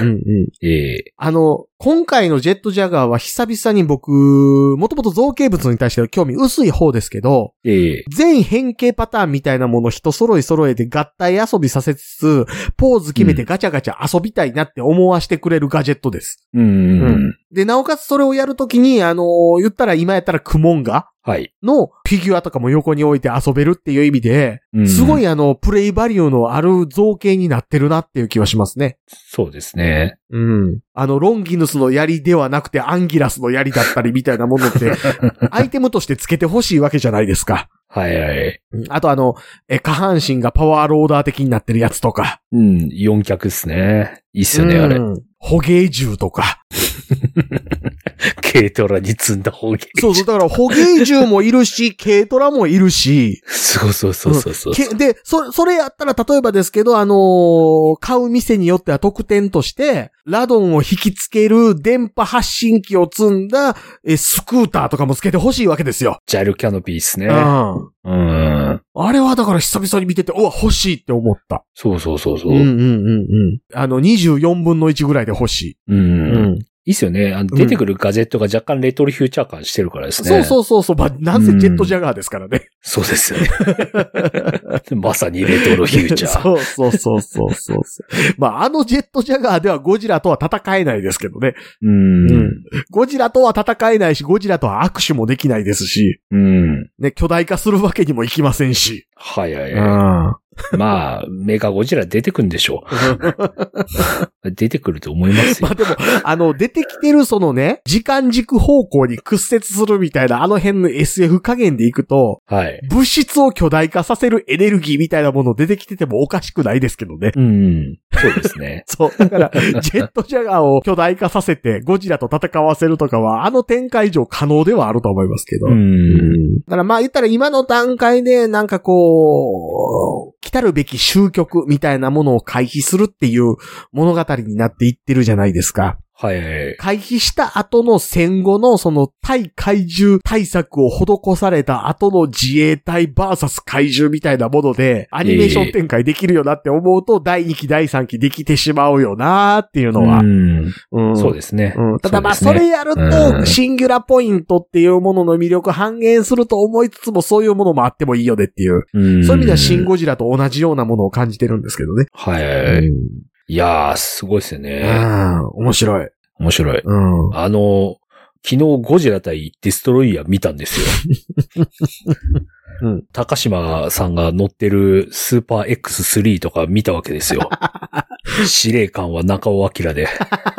今回のジェットジャガーは久々に僕、もともと造形物に対しては興味薄い方ですけど、全変形パターンみたいなもの人揃えて合体遊びさせつつ、ポーズ決めてガチャガチャ遊びたいなって思わせてくれるガジェットです。で、なおかつそれをやるときに、言ったら今やったらクモンガはい。 のフィギュアとかも横に置いて遊べるっていう意味で、すごいプレイバリューのある造形になってるなっていう気はしますね。 そうですね。 うん。ロンギヌスの槍ではなくてアンギラスの槍だったりみたいなものって、アイテムとして付けてほしいわけじゃないですか。 はいはい。 あと下半身がパワーローダー的になってるやつとか。 うん、4脚っすね。いいっすよね、あれ。 捕鯨銃とか。 軽トラに積んだ捕鯨銃。 そうそう、だから捕鯨銃もいるし、軽トラもいるし。 そうそうそうそう。 で、それやったら例えばですけど、買う店によっては特典として、ラドンを引きつける電波発信機を積んだスクーターとかもつけてほしいわけですよ。 ジャルキャノピーっすね。 あれはだから久々に見てて、うわ、欲しいって思った。 そうそうそうそう。 24分の1ぐらいで欲しい。 いいっすよね。出てくるガジェットが若干レトロフューチャー感してるからですね。 そう。なんせジェットジャガーですからね。 そうですよね。まさにレトロフューチャー。 そう。まあ、ジェットジャガーではゴジラとは戦えないですけどね。ゴジラとは戦えないし、ゴジラとは握手もできないですし。ね、巨大化するわけにもいきませんし。 はい。まあ、メガゴジラ出てくるんでしょう。出てくると思いますよ。 まあでも、出てきてるそのね、時間軸方向に屈折するみたいな辺の SF 加減でいくと、 はい。 物質を巨大化させるエネルギーみたいなもの出てきててもおかしくないですけどね。 そうですね。 そう。だから、ジェットジャガーを巨大化させてゴジラと戦わせるとかは、展開上可能ではあると思いますけど。だからまあ言ったら今の段階でなんかこう、来たるべき終局みたいなものを回避するっていう物語になっていってるじゃないですか。 はい。 回避した後の戦後のその対怪獣対策を施された後の自衛隊バーサス怪獣みたいなものでアニメーション展開できるよなって思うと第2期第3期できてしまうよなーっていうのは。 そうですね。 ただまあそれやるとシンギュラポイントっていうものの魅力半減すると思いつつもそういうものもあってもいいよねっていう。そういう意味ではシンゴジラと同じようなものを感じてるんですけどね。 はい。いやー、すごいですよね。 面白い。 面白い。昨日ゴジラ対デストロイヤー見たんですよ。高島さんが乗ってるスーパー X3 とか見たわけですよ。司令官は中尾明で。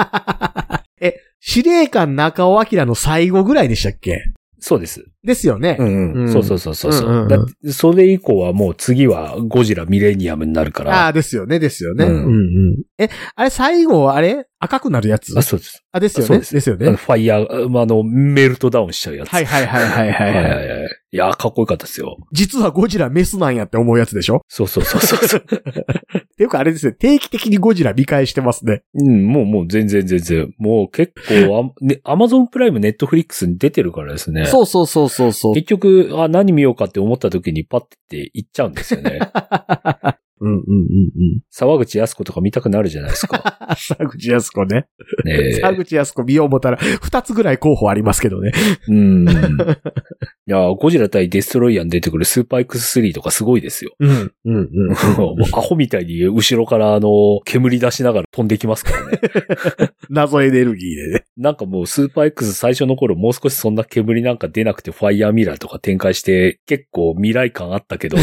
司令官中尾明の最後ぐらいでしたっけ？ そうです。 ですよね。 そう。だってそれ以降はもう次はゴジラミレニアムになるから。 ですよね。あれ最後赤くなるやつ？ そうです。 ですよね。ですよね。 ファイヤー、メルトダウンしちゃうやつ。 はい。 いや、かっこよかったですよ。 実はゴジラメスなんやって思うやつでしょ？ そう。 っていうかあれですね、定期的にゴジラ見返してますね。 もう全然。もう結構、アマゾンプライムネットフリックスに出てるからですね。 そう。 結局、何見ようかって思った時にパッて行っちゃうんですよね。沢口靖子とか見たくなるじゃないですか。 沢口靖子ね。沢口靖子見よう思ったら、2つぐらい候補ありますけどね。いや、ゴジラ対デストロイヤーに出てくるスーパー X3 とかすごいですよ。アホみたいに後ろから煙出しながら飛んできますからね。 謎エネルギーでね。 なんかもうスーパー X 最初の頃もう少しそんな煙なんか出なくてファイヤーミラーとか展開して結構未来感あったけど。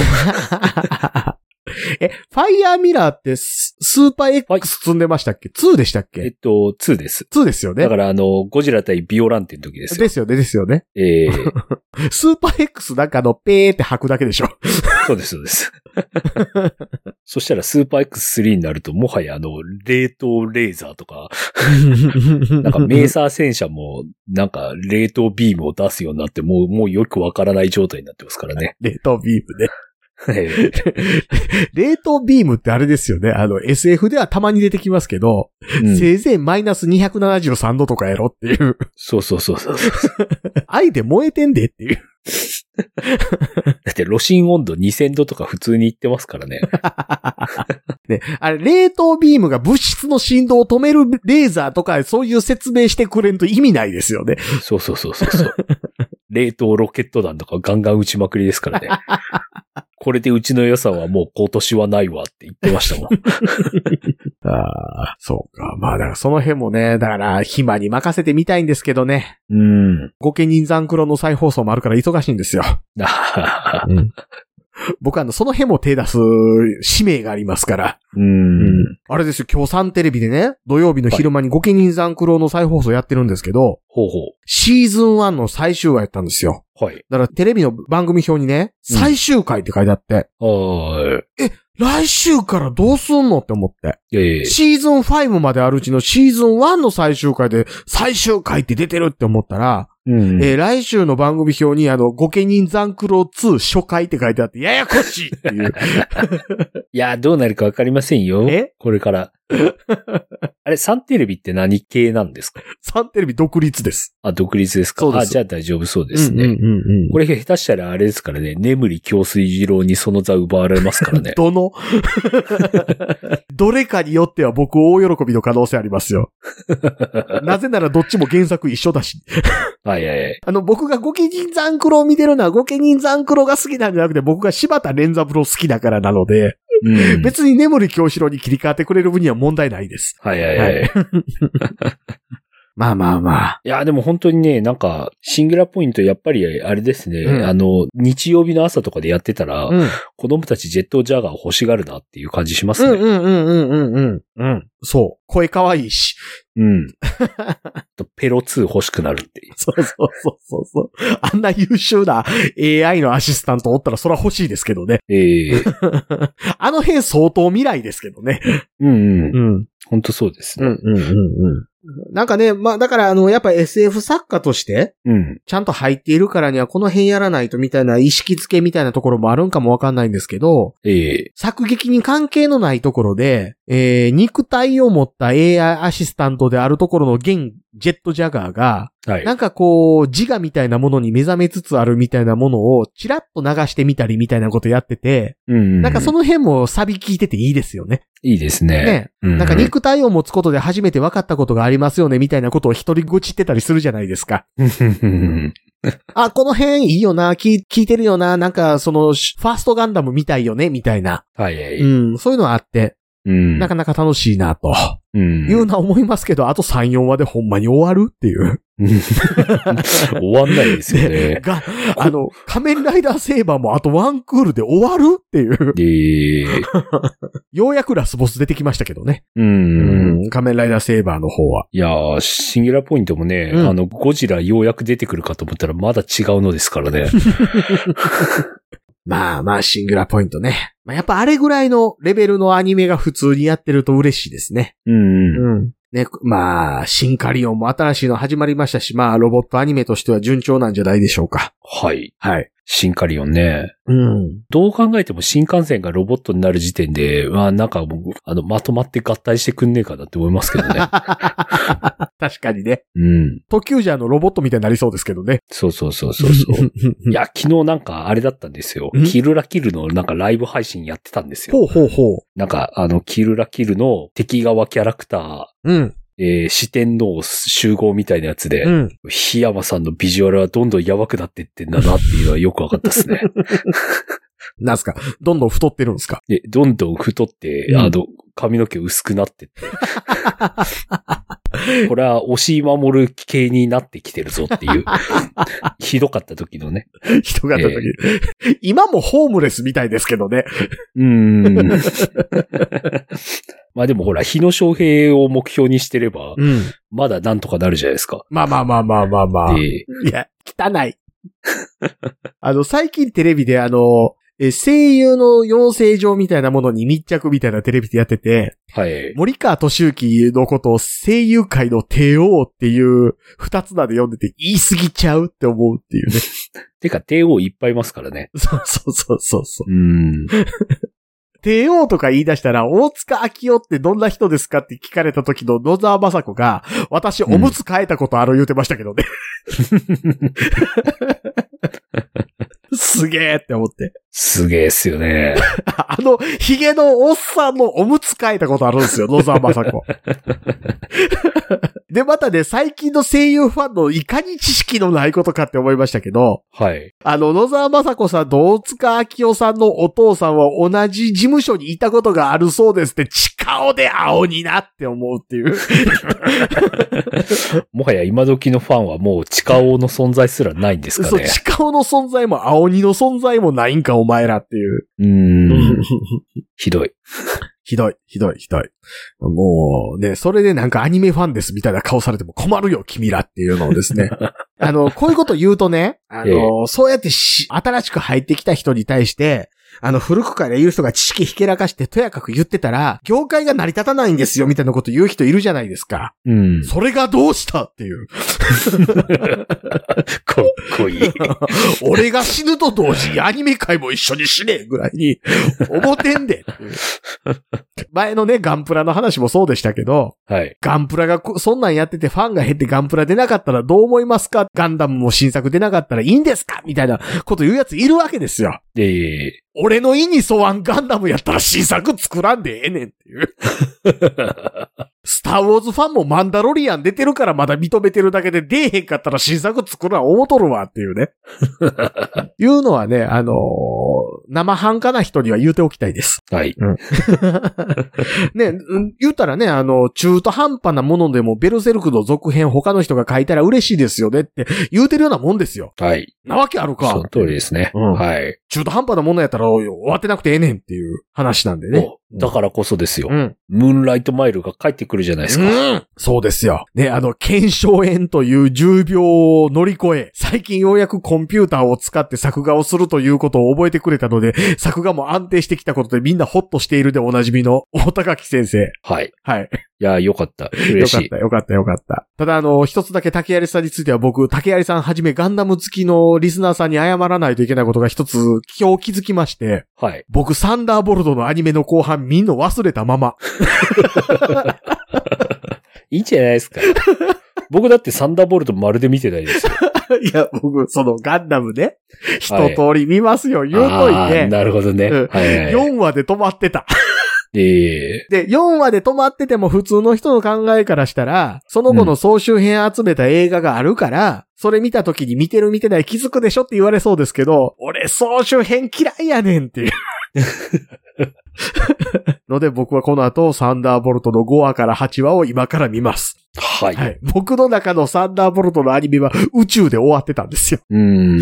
ファイヤーミラーってスーパー X 積んでましたっけ？ 2 でしたっけ ？2です。 2ですよね。 だからゴジラ対ビオランテの時ですよ。 ですよね。スーパー X なんかペーって吐くだけでしょ。 そうです。そしたらスーパー X3 になるともはや冷凍レーザーとか、なんかメーサー戦車もなんか冷凍ビームを出すようになってもうよくわからない状態になってますからね。 冷凍ビームね。冷凍ビームってあれですよね。SF ではたまに出てきますけど、せいぜいマイナス273度とかやろっていう。 そう。 愛で燃えてんでっていう。 だって露心温度2000度とか普通に言ってますからね。 ね、冷凍ビームが物質の振動を止めるレーザーとかそういう説明してくれんと意味ないですよね。 そう。冷凍ロケット弾とかガンガン撃ちまくりですからね。これでうちの良さはもう今年はないわって言ってましたもん。 そうか。まあだからその辺もね、だから暇に任せてみたいんですけどね。御家人残黒の再放送もあるから忙しいんですよ。僕その辺も手出す使命がありますから。あれですよ、今日3テレビでね、土曜日の昼間に御家人残黒の再放送やってるんですけど、シーズン1の最終話やったんですよ。だからテレビの番組表にね、最終回って書いてあって、来週からどうすんのって思って。シーズン5まであるうちのシーズン1の最終回で最終回って出てるって思ったら、来週の番組表に御家人残黒2初回って書いてあって、ややこしいっていう。 いや、どうなるかわかりませんよ。これから。あれ、サンテレビって何系なんですか？ サンテレビ独立です。 独立ですか？じゃあ大丈夫そうですね。これ下手したらあれですからね、眠り京水二郎にその座奪われますからね。 どれかによっては僕大喜びの可能性ありますよ。なぜならどっちも原作一緒だし。僕が御家人残黒を見てるのは御家人残黒が好きなんじゃなくて、僕が柴田連三郎好きだからなので、別に眠り京四郎に切り替わってくれる分には問題ないです。まあ。 いや、でも本当にね、なんか、シングラポイントやっぱりあれですね、日曜日の朝とかでやってたら、子供たちジェットジャガー欲しがるなっていう感じしますね。 そう。声可愛いし。 ペロ2欲しくなるっていう。 そう。あんな優秀な AI のアシスタントおったらそら欲しいですけどね。あの辺相当未来ですけどね。 本当そうですね。 なんかね、まあだからやっぱ SF 作家として、ちゃんと入っているからにはこの辺やらないとみたいな意識付けみたいなところもあるんかもわかんないんですけど、作劇に関係のないところで、肉体を持った AI アシスタントであるところの現ジェットジャガーが、なんかこう、自我みたいなものに目覚めつつあるみたいなものをチラッと流してみたりみたいなことやってて、なんかその辺もサビ聞いてていいですよね。 いいですね。 なんか肉体を持つことで初めて分かったことがありますよねみたいなことを一人ごちってたりするじゃないですか。この辺いいよな、聞いてるよな、なんかファーストガンダムみたいよねみたいな。そういうのがあって、なかなか楽しいなと。いうのは思いますけど、あと3、4話でほんまに終わるっていう。 終わんないですよね。 仮面ライダーセーバーもあとワンクールで終わるっていう。ようやくラスボス出てきましたけどね。仮面ライダーセーバーの方は。 いやー、シンギュラポイントもね、ゴジラようやく出てくるかと思ったらまだ違うのですからね。 まあ、シングラポイントね。やっぱあれぐらいのレベルのアニメが普通にやってると嬉しいですね。ね、シンカリオンも新しいの始まりましたし、ロボットアニメとしては順調なんじゃないでしょうか。シンカリオンね。どう考えても新幹線がロボットになる時点で、なんかもう、まとまって合体してくんねえかなって思いますけどね。 確かにね。特急ジャーのロボットみたいになりそうですけどね。 そう。いや、昨日なんかあれだったんですよ。キルラキルのなんかライブ配信やってたんですよ。なんかキルラキルの敵側キャラクター。四天王集合みたいなやつで、檜山さんのビジュアルはどんどんやばくなってってんだなっていうのはよくわかったですね。 なんすか？どんどん太ってるんですか？ どんどん太って、髪の毛薄くなってって。これは押し守る系になってきてるぞっていう。ひどかった時のね。 ひどかった時。今もホームレスみたいですけどね。 でもほら、日野翔平を目標にしてれば、まだなんとかなるじゃないですか。 いや、汚い。最近テレビで声優の養成所みたいなものに密着みたいなテレビでやってて、森川俊之のことを声優界の帝王っていう二つ名で読んでて言い過ぎちゃうって思うっていうね。 てか帝王いっぱいいますからね。 そう。帝王とか言い出したら、大塚明夫ってどんな人ですかって聞かれた時の野沢雅子が、私おむつ変えたことある言うてましたけどね。すげーって思って。 すげーっすよね。 ヒゲのおっさんのおむつ変えたことあるんですよ、野沢雅子。で、またね、最近の声優ファンのいかに知識のないことかって思いましたけど、野沢雅子さんと大塚明夫さんのお父さんは同じ事務所にいたことがあるそうですって近顔で青になって思うっていう。 もはや今時のファンはもう地下王の存在すらないんですかね。 そう、地下王の存在も青鬼の存在もないんかお前らっていう。 ひどい。 ひどい。もうね、それでなんかアニメファンですみたいな顔されても困るよ、君らっていうのをですね。こういうこと言うとね、そうやって新しく入ってきた人に対して、古くから言う人が知識ひけらかしてとやかく言ってたら、業界が成り立たないんですよ、みたいなこと言う人いるじゃないですか。うん。それがどうしたっていう。 かっこいい。 俺が死ぬと同時にアニメ界も一緒に死ねぐらいに思ってんでっていう。前のね、ガンプラの話もそうでしたけど、はい。ガンプラがそんなんやっててファンが減ってガンプラ出なかったらどう思いますか？ガンダムも新作出なかったらいいんですか？みたいなこと言うやついるわけですよ。俺の意に沿わんガンダムやったら新作作らんでええねんっていう。スターウォーズファンもマンダロリアン出てるからまだ認めてるだけで出えへんかったら新作作るわ思うとるわっていうね。いうのはね、生半可な人には言うておきたいです。はい。ね、言ったらね、中途半端なものでもベルセルクの続編他の人が書いたら嬉しいですよねって言うてるようなもんですよ。はい。なわけあるか。 その通りですね。うん、はい。 中途半端なものやったら終わってなくてええねんっていう話なんでね。 だからこそですよ。うん。ムーンライトマイルが帰ってくるじゃないですか。 うん。そうですよ。ね、腱鞘炎という重病を乗り越え、最近ようやくコンピューターを使って作画をするということを覚えてくれたので、作画も安定してきたことでみんなホッとしているでおなじみの大高木先生。 はい。 はい。 いや、よかった。嬉しい。 よかった。ただ一つだけ竹槍さんについては僕、竹槍さんはじめガンダム好きのリスナーさんに謝らないといけないことが一つ今日気づきまして。はい。僕、サンダーボルトのアニメの後半みんな忘れたまま。 いいんじゃないですか。僕だってサンダーボルトまるで見てないですよ。 いや、僕、そのガンダムね、一通り見ますよ、言うといて。 なるほどね。はいはい、 4話で止まってた。で、4話で止まってても普通の人の考えからしたら、その後の総集編集めた映画があるから、それ見た時に見てる見てない気づくでしょって言われそうですけど、俺総集編嫌いやねんっていう。ので僕はこの後サンダーボルトの5話から8話を今から見ます。 はい。はい。 僕の中のサンダーボルトのアニメは宇宙で終わってたんですよ。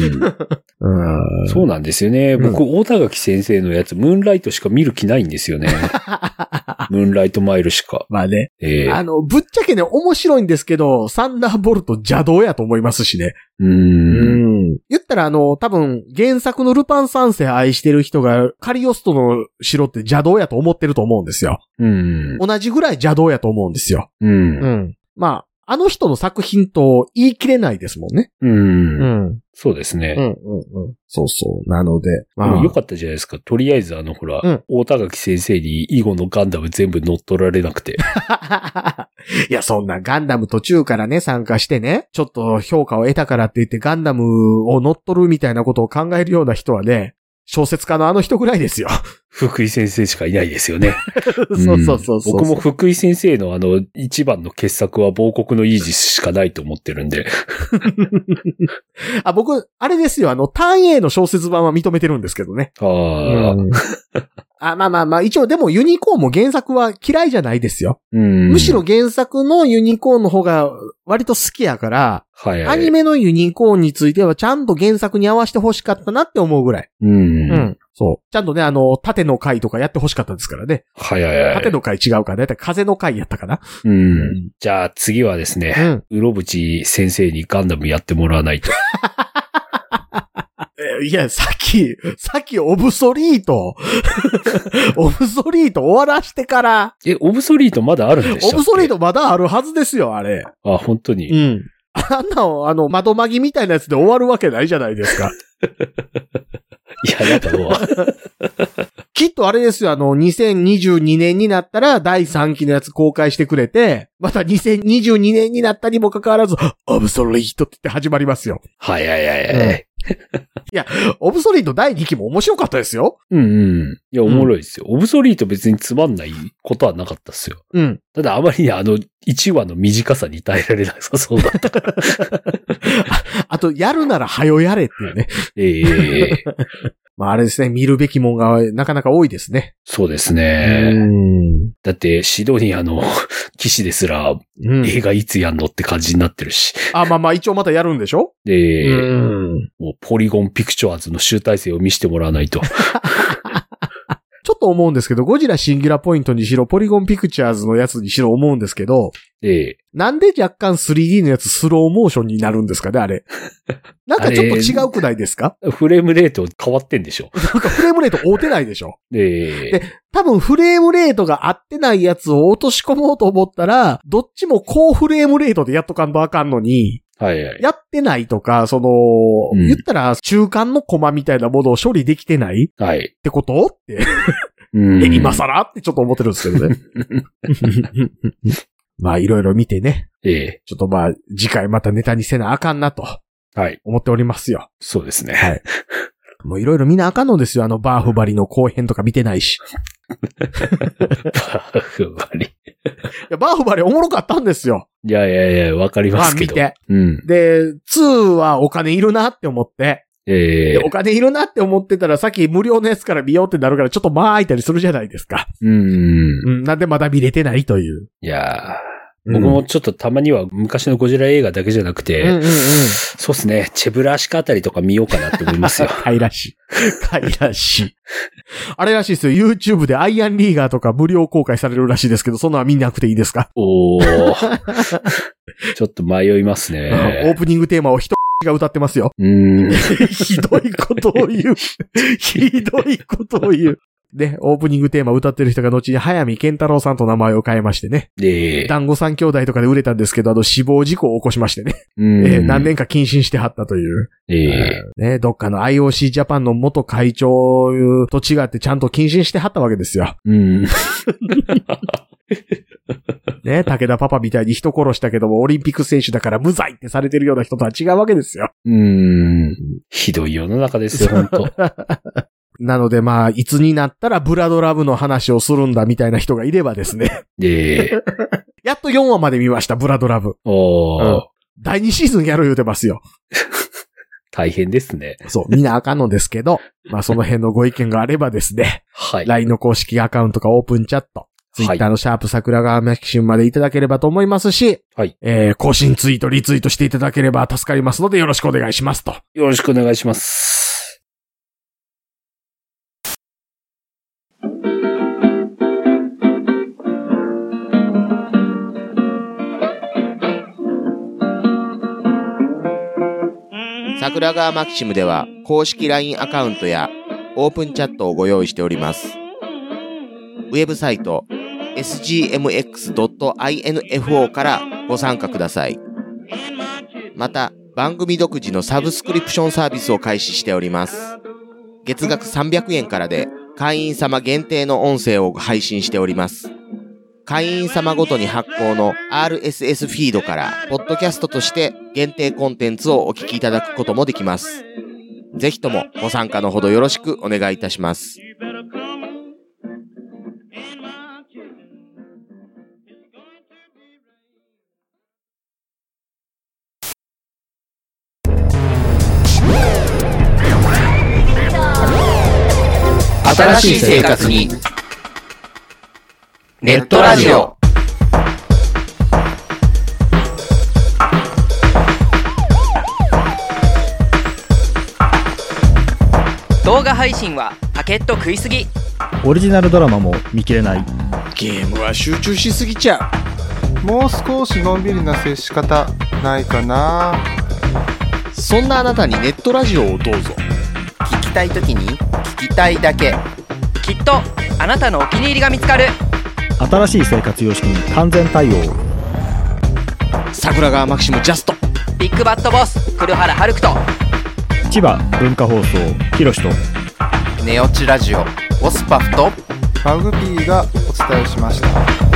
そうなんですよね。僕、大田垣先生のやつ、ムーンライトしか見る気ないんですよね。ムーンライトマイルしか。 まあね。ぶっちゃけね、面白いんですけど、サンダーボルト邪道やと思いますしね。言ったら多分、原作のルパン三世愛してる人が、カリオストの城って邪道やと思ってると思うんですよ。同じぐらい邪道やと思うんですよ。まあ、あの人の作品と言い切れないですもんね。 そうですね。 そうそう。なので。 でもよかったじゃないですか。とりあえずほら、大田垣先生に囲碁のガンダム全部乗っ取られなくて。 いや、そんなガンダム途中からね、参加してね、ちょっと評価を得たからって言ってガンダムを乗っ取るみたいなことを考えるような人はね、小説家のあの人ぐらいですよ。 福井先生しかいないですよね。 そう。 僕も福井先生の一番の傑作は亡国のイージスしかないと思ってるんで。 僕、あれですよ、ターン A の小説版は認めてるんですけどね。まあ、一応でもユニコーンも原作は嫌いじゃないですよ。むしろ原作のユニコーンの方が割と好きやから、アニメのユニコーンについてはちゃんと原作に合わせて欲しかったなって思うぐらい。そう。ちゃんとね、縦の回とかやって欲しかったですからね。縦の回違うから、だいたい風の回やったかな。 じゃあ次はですね、うろぶち先生にガンダムやってもらわないと。 いや、さっきオブソリート。オブソリート終わらしてから。 オブソリートまだあるんでしたっけ？ オブソリートまだあるはずですよ、あれ。 あ、本当に。 あんな窓まぎみたいなやつで終わるわけないじゃないですか。 いや、なんかもう。 きっとあれですよ、2022年になったら第3期のやつ公開してくれて、また2022年になったにもかかわらず、オブソリートって言って始まりますよ。 はい。 いや、オブソリート第2期も面白かったですよ。 いや、おもろいですよ。オブソリート別につまんないことはなかったですよ。ただあまりに1話の短さに耐えられなさそうだったから。 あと、やるなら早よやれっていうね。 まああれですね、見るべきもんがなかなか多いですね。 そうですね。だってシドニアの騎士ですら、映画いつやんのって感じになってるし。 まあ一応またやるんでしょ？ で、もうポリゴンピクチュアーズの集大成を見せてもらわないと。 ちょっと思うんですけど、ゴジラシンギュラポイントにしろ、ポリゴンピクチャーズのやつにしろ思うんですけど、なんで若干 3D のやつスローモーションになるんですかね、あれ。なんかちょっと違うくないですか？ フレームレート変わってんでしょ？ なんかフレームレート合うてないでしょ？ で、 多分フレームレートが合ってないやつを落とし込もうと思ったら、どっちも高フレームレートでやっとかんとあかんのに、やってないとか、言ったら中間のコマみたいなものを処理できてないってことって。今更ってちょっと思ってるんですけどね。まあいろいろ見てね。ちょっとまあ次回またネタにせなあかんなと。思っておりますよ。 そうですね。 もういろいろ見なあかんのですよ。バーフバリの後編とか見てないし。 バーフバリ。 いや、バーフバリおもろかったんですよ。 いや、わかりますけど。 まあ見て。で、2はお金いるなって思って。でお金いるなって思ってたら、さっき無料のやつから見ようってなるから、ちょっとまあ開いたりするじゃないですか。なんでまだ見れてないという。 いや僕もちょっとたまには昔のゴジラ映画だけじゃなくて、そうですね、チェブラーシカあたりとか見ようかなって思いますよ。 かいらしい。あれらしいですよ、YouTube でアイアンリーガーとか無料公開されるらしいですけど、そんなの見なくていいですか？ ちょっと迷いますね。 オープニングテーマを人が歌ってますよ。ひどいことを言う。で、オープニングテーマ歌ってる人が後に早見健太郎さんと名前を変えましてね。団子三兄弟とかで売れたんですけど、死亡事故を起こしましてね。何年か謹慎してはったという。ね、どっかの IOC ジャパンの元会長と違ってちゃんと謹慎してはったわけですよ。ね、武田パパみたいに人殺したけども、オリンピック選手だから無罪ってされてるような人とは違うわけですよ。 ひどい世の中ですよ、本当。 なのでまあ、いつになったらブラドラブの話をするんだみたいな人がいればですね。やっと4話まで見ました、ブラドラブ。第2シーズンやる言うてますよ。 大変ですね。 そう、見なあかんのですけど、まあその辺のご意見があればですね。LINE の公式アカウントかオープンチャット。Twitter のシャープ桜川マキシムまでいただければと思いますし、更新ツイート、リツイートしていただければ助かりますのでよろしくお願いしますと。 よろしくお願いします。 桜川マキシムでは公式 LINE アカウントやオープンチャットをご用意しております。ウェブサイト sgmx.info からご参加ください。また、番組独自のサブスクリプションサービスを開始しております。月額300円からで会員様限定の音声を配信しております。会員様ごとに発行の RSS フィードからポッドキャストとして限定コンテンツをお聞きいただくこともできます。ぜひともご参加のほどよろしくお願いいたします。 新しい生活にネットラジオ。 動画配信はパケット食いすぎ。 オリジナルドラマも見切れない。 ゲームは集中しすぎちゃう。もう少しのんびりな接し方ないかな。 そんなあなたにネットラジオをどうぞ。 聞きたいときに聞きたいだけ。 きっとあなたのお気に入りが見つかる。 新しい生活様式に完全対応。 桜川マキシムジャスト。 ビッグバットボス黒原遥人。 千葉文化放送ひろしとネオチラジオオスパフとマグピーがお伝えしました。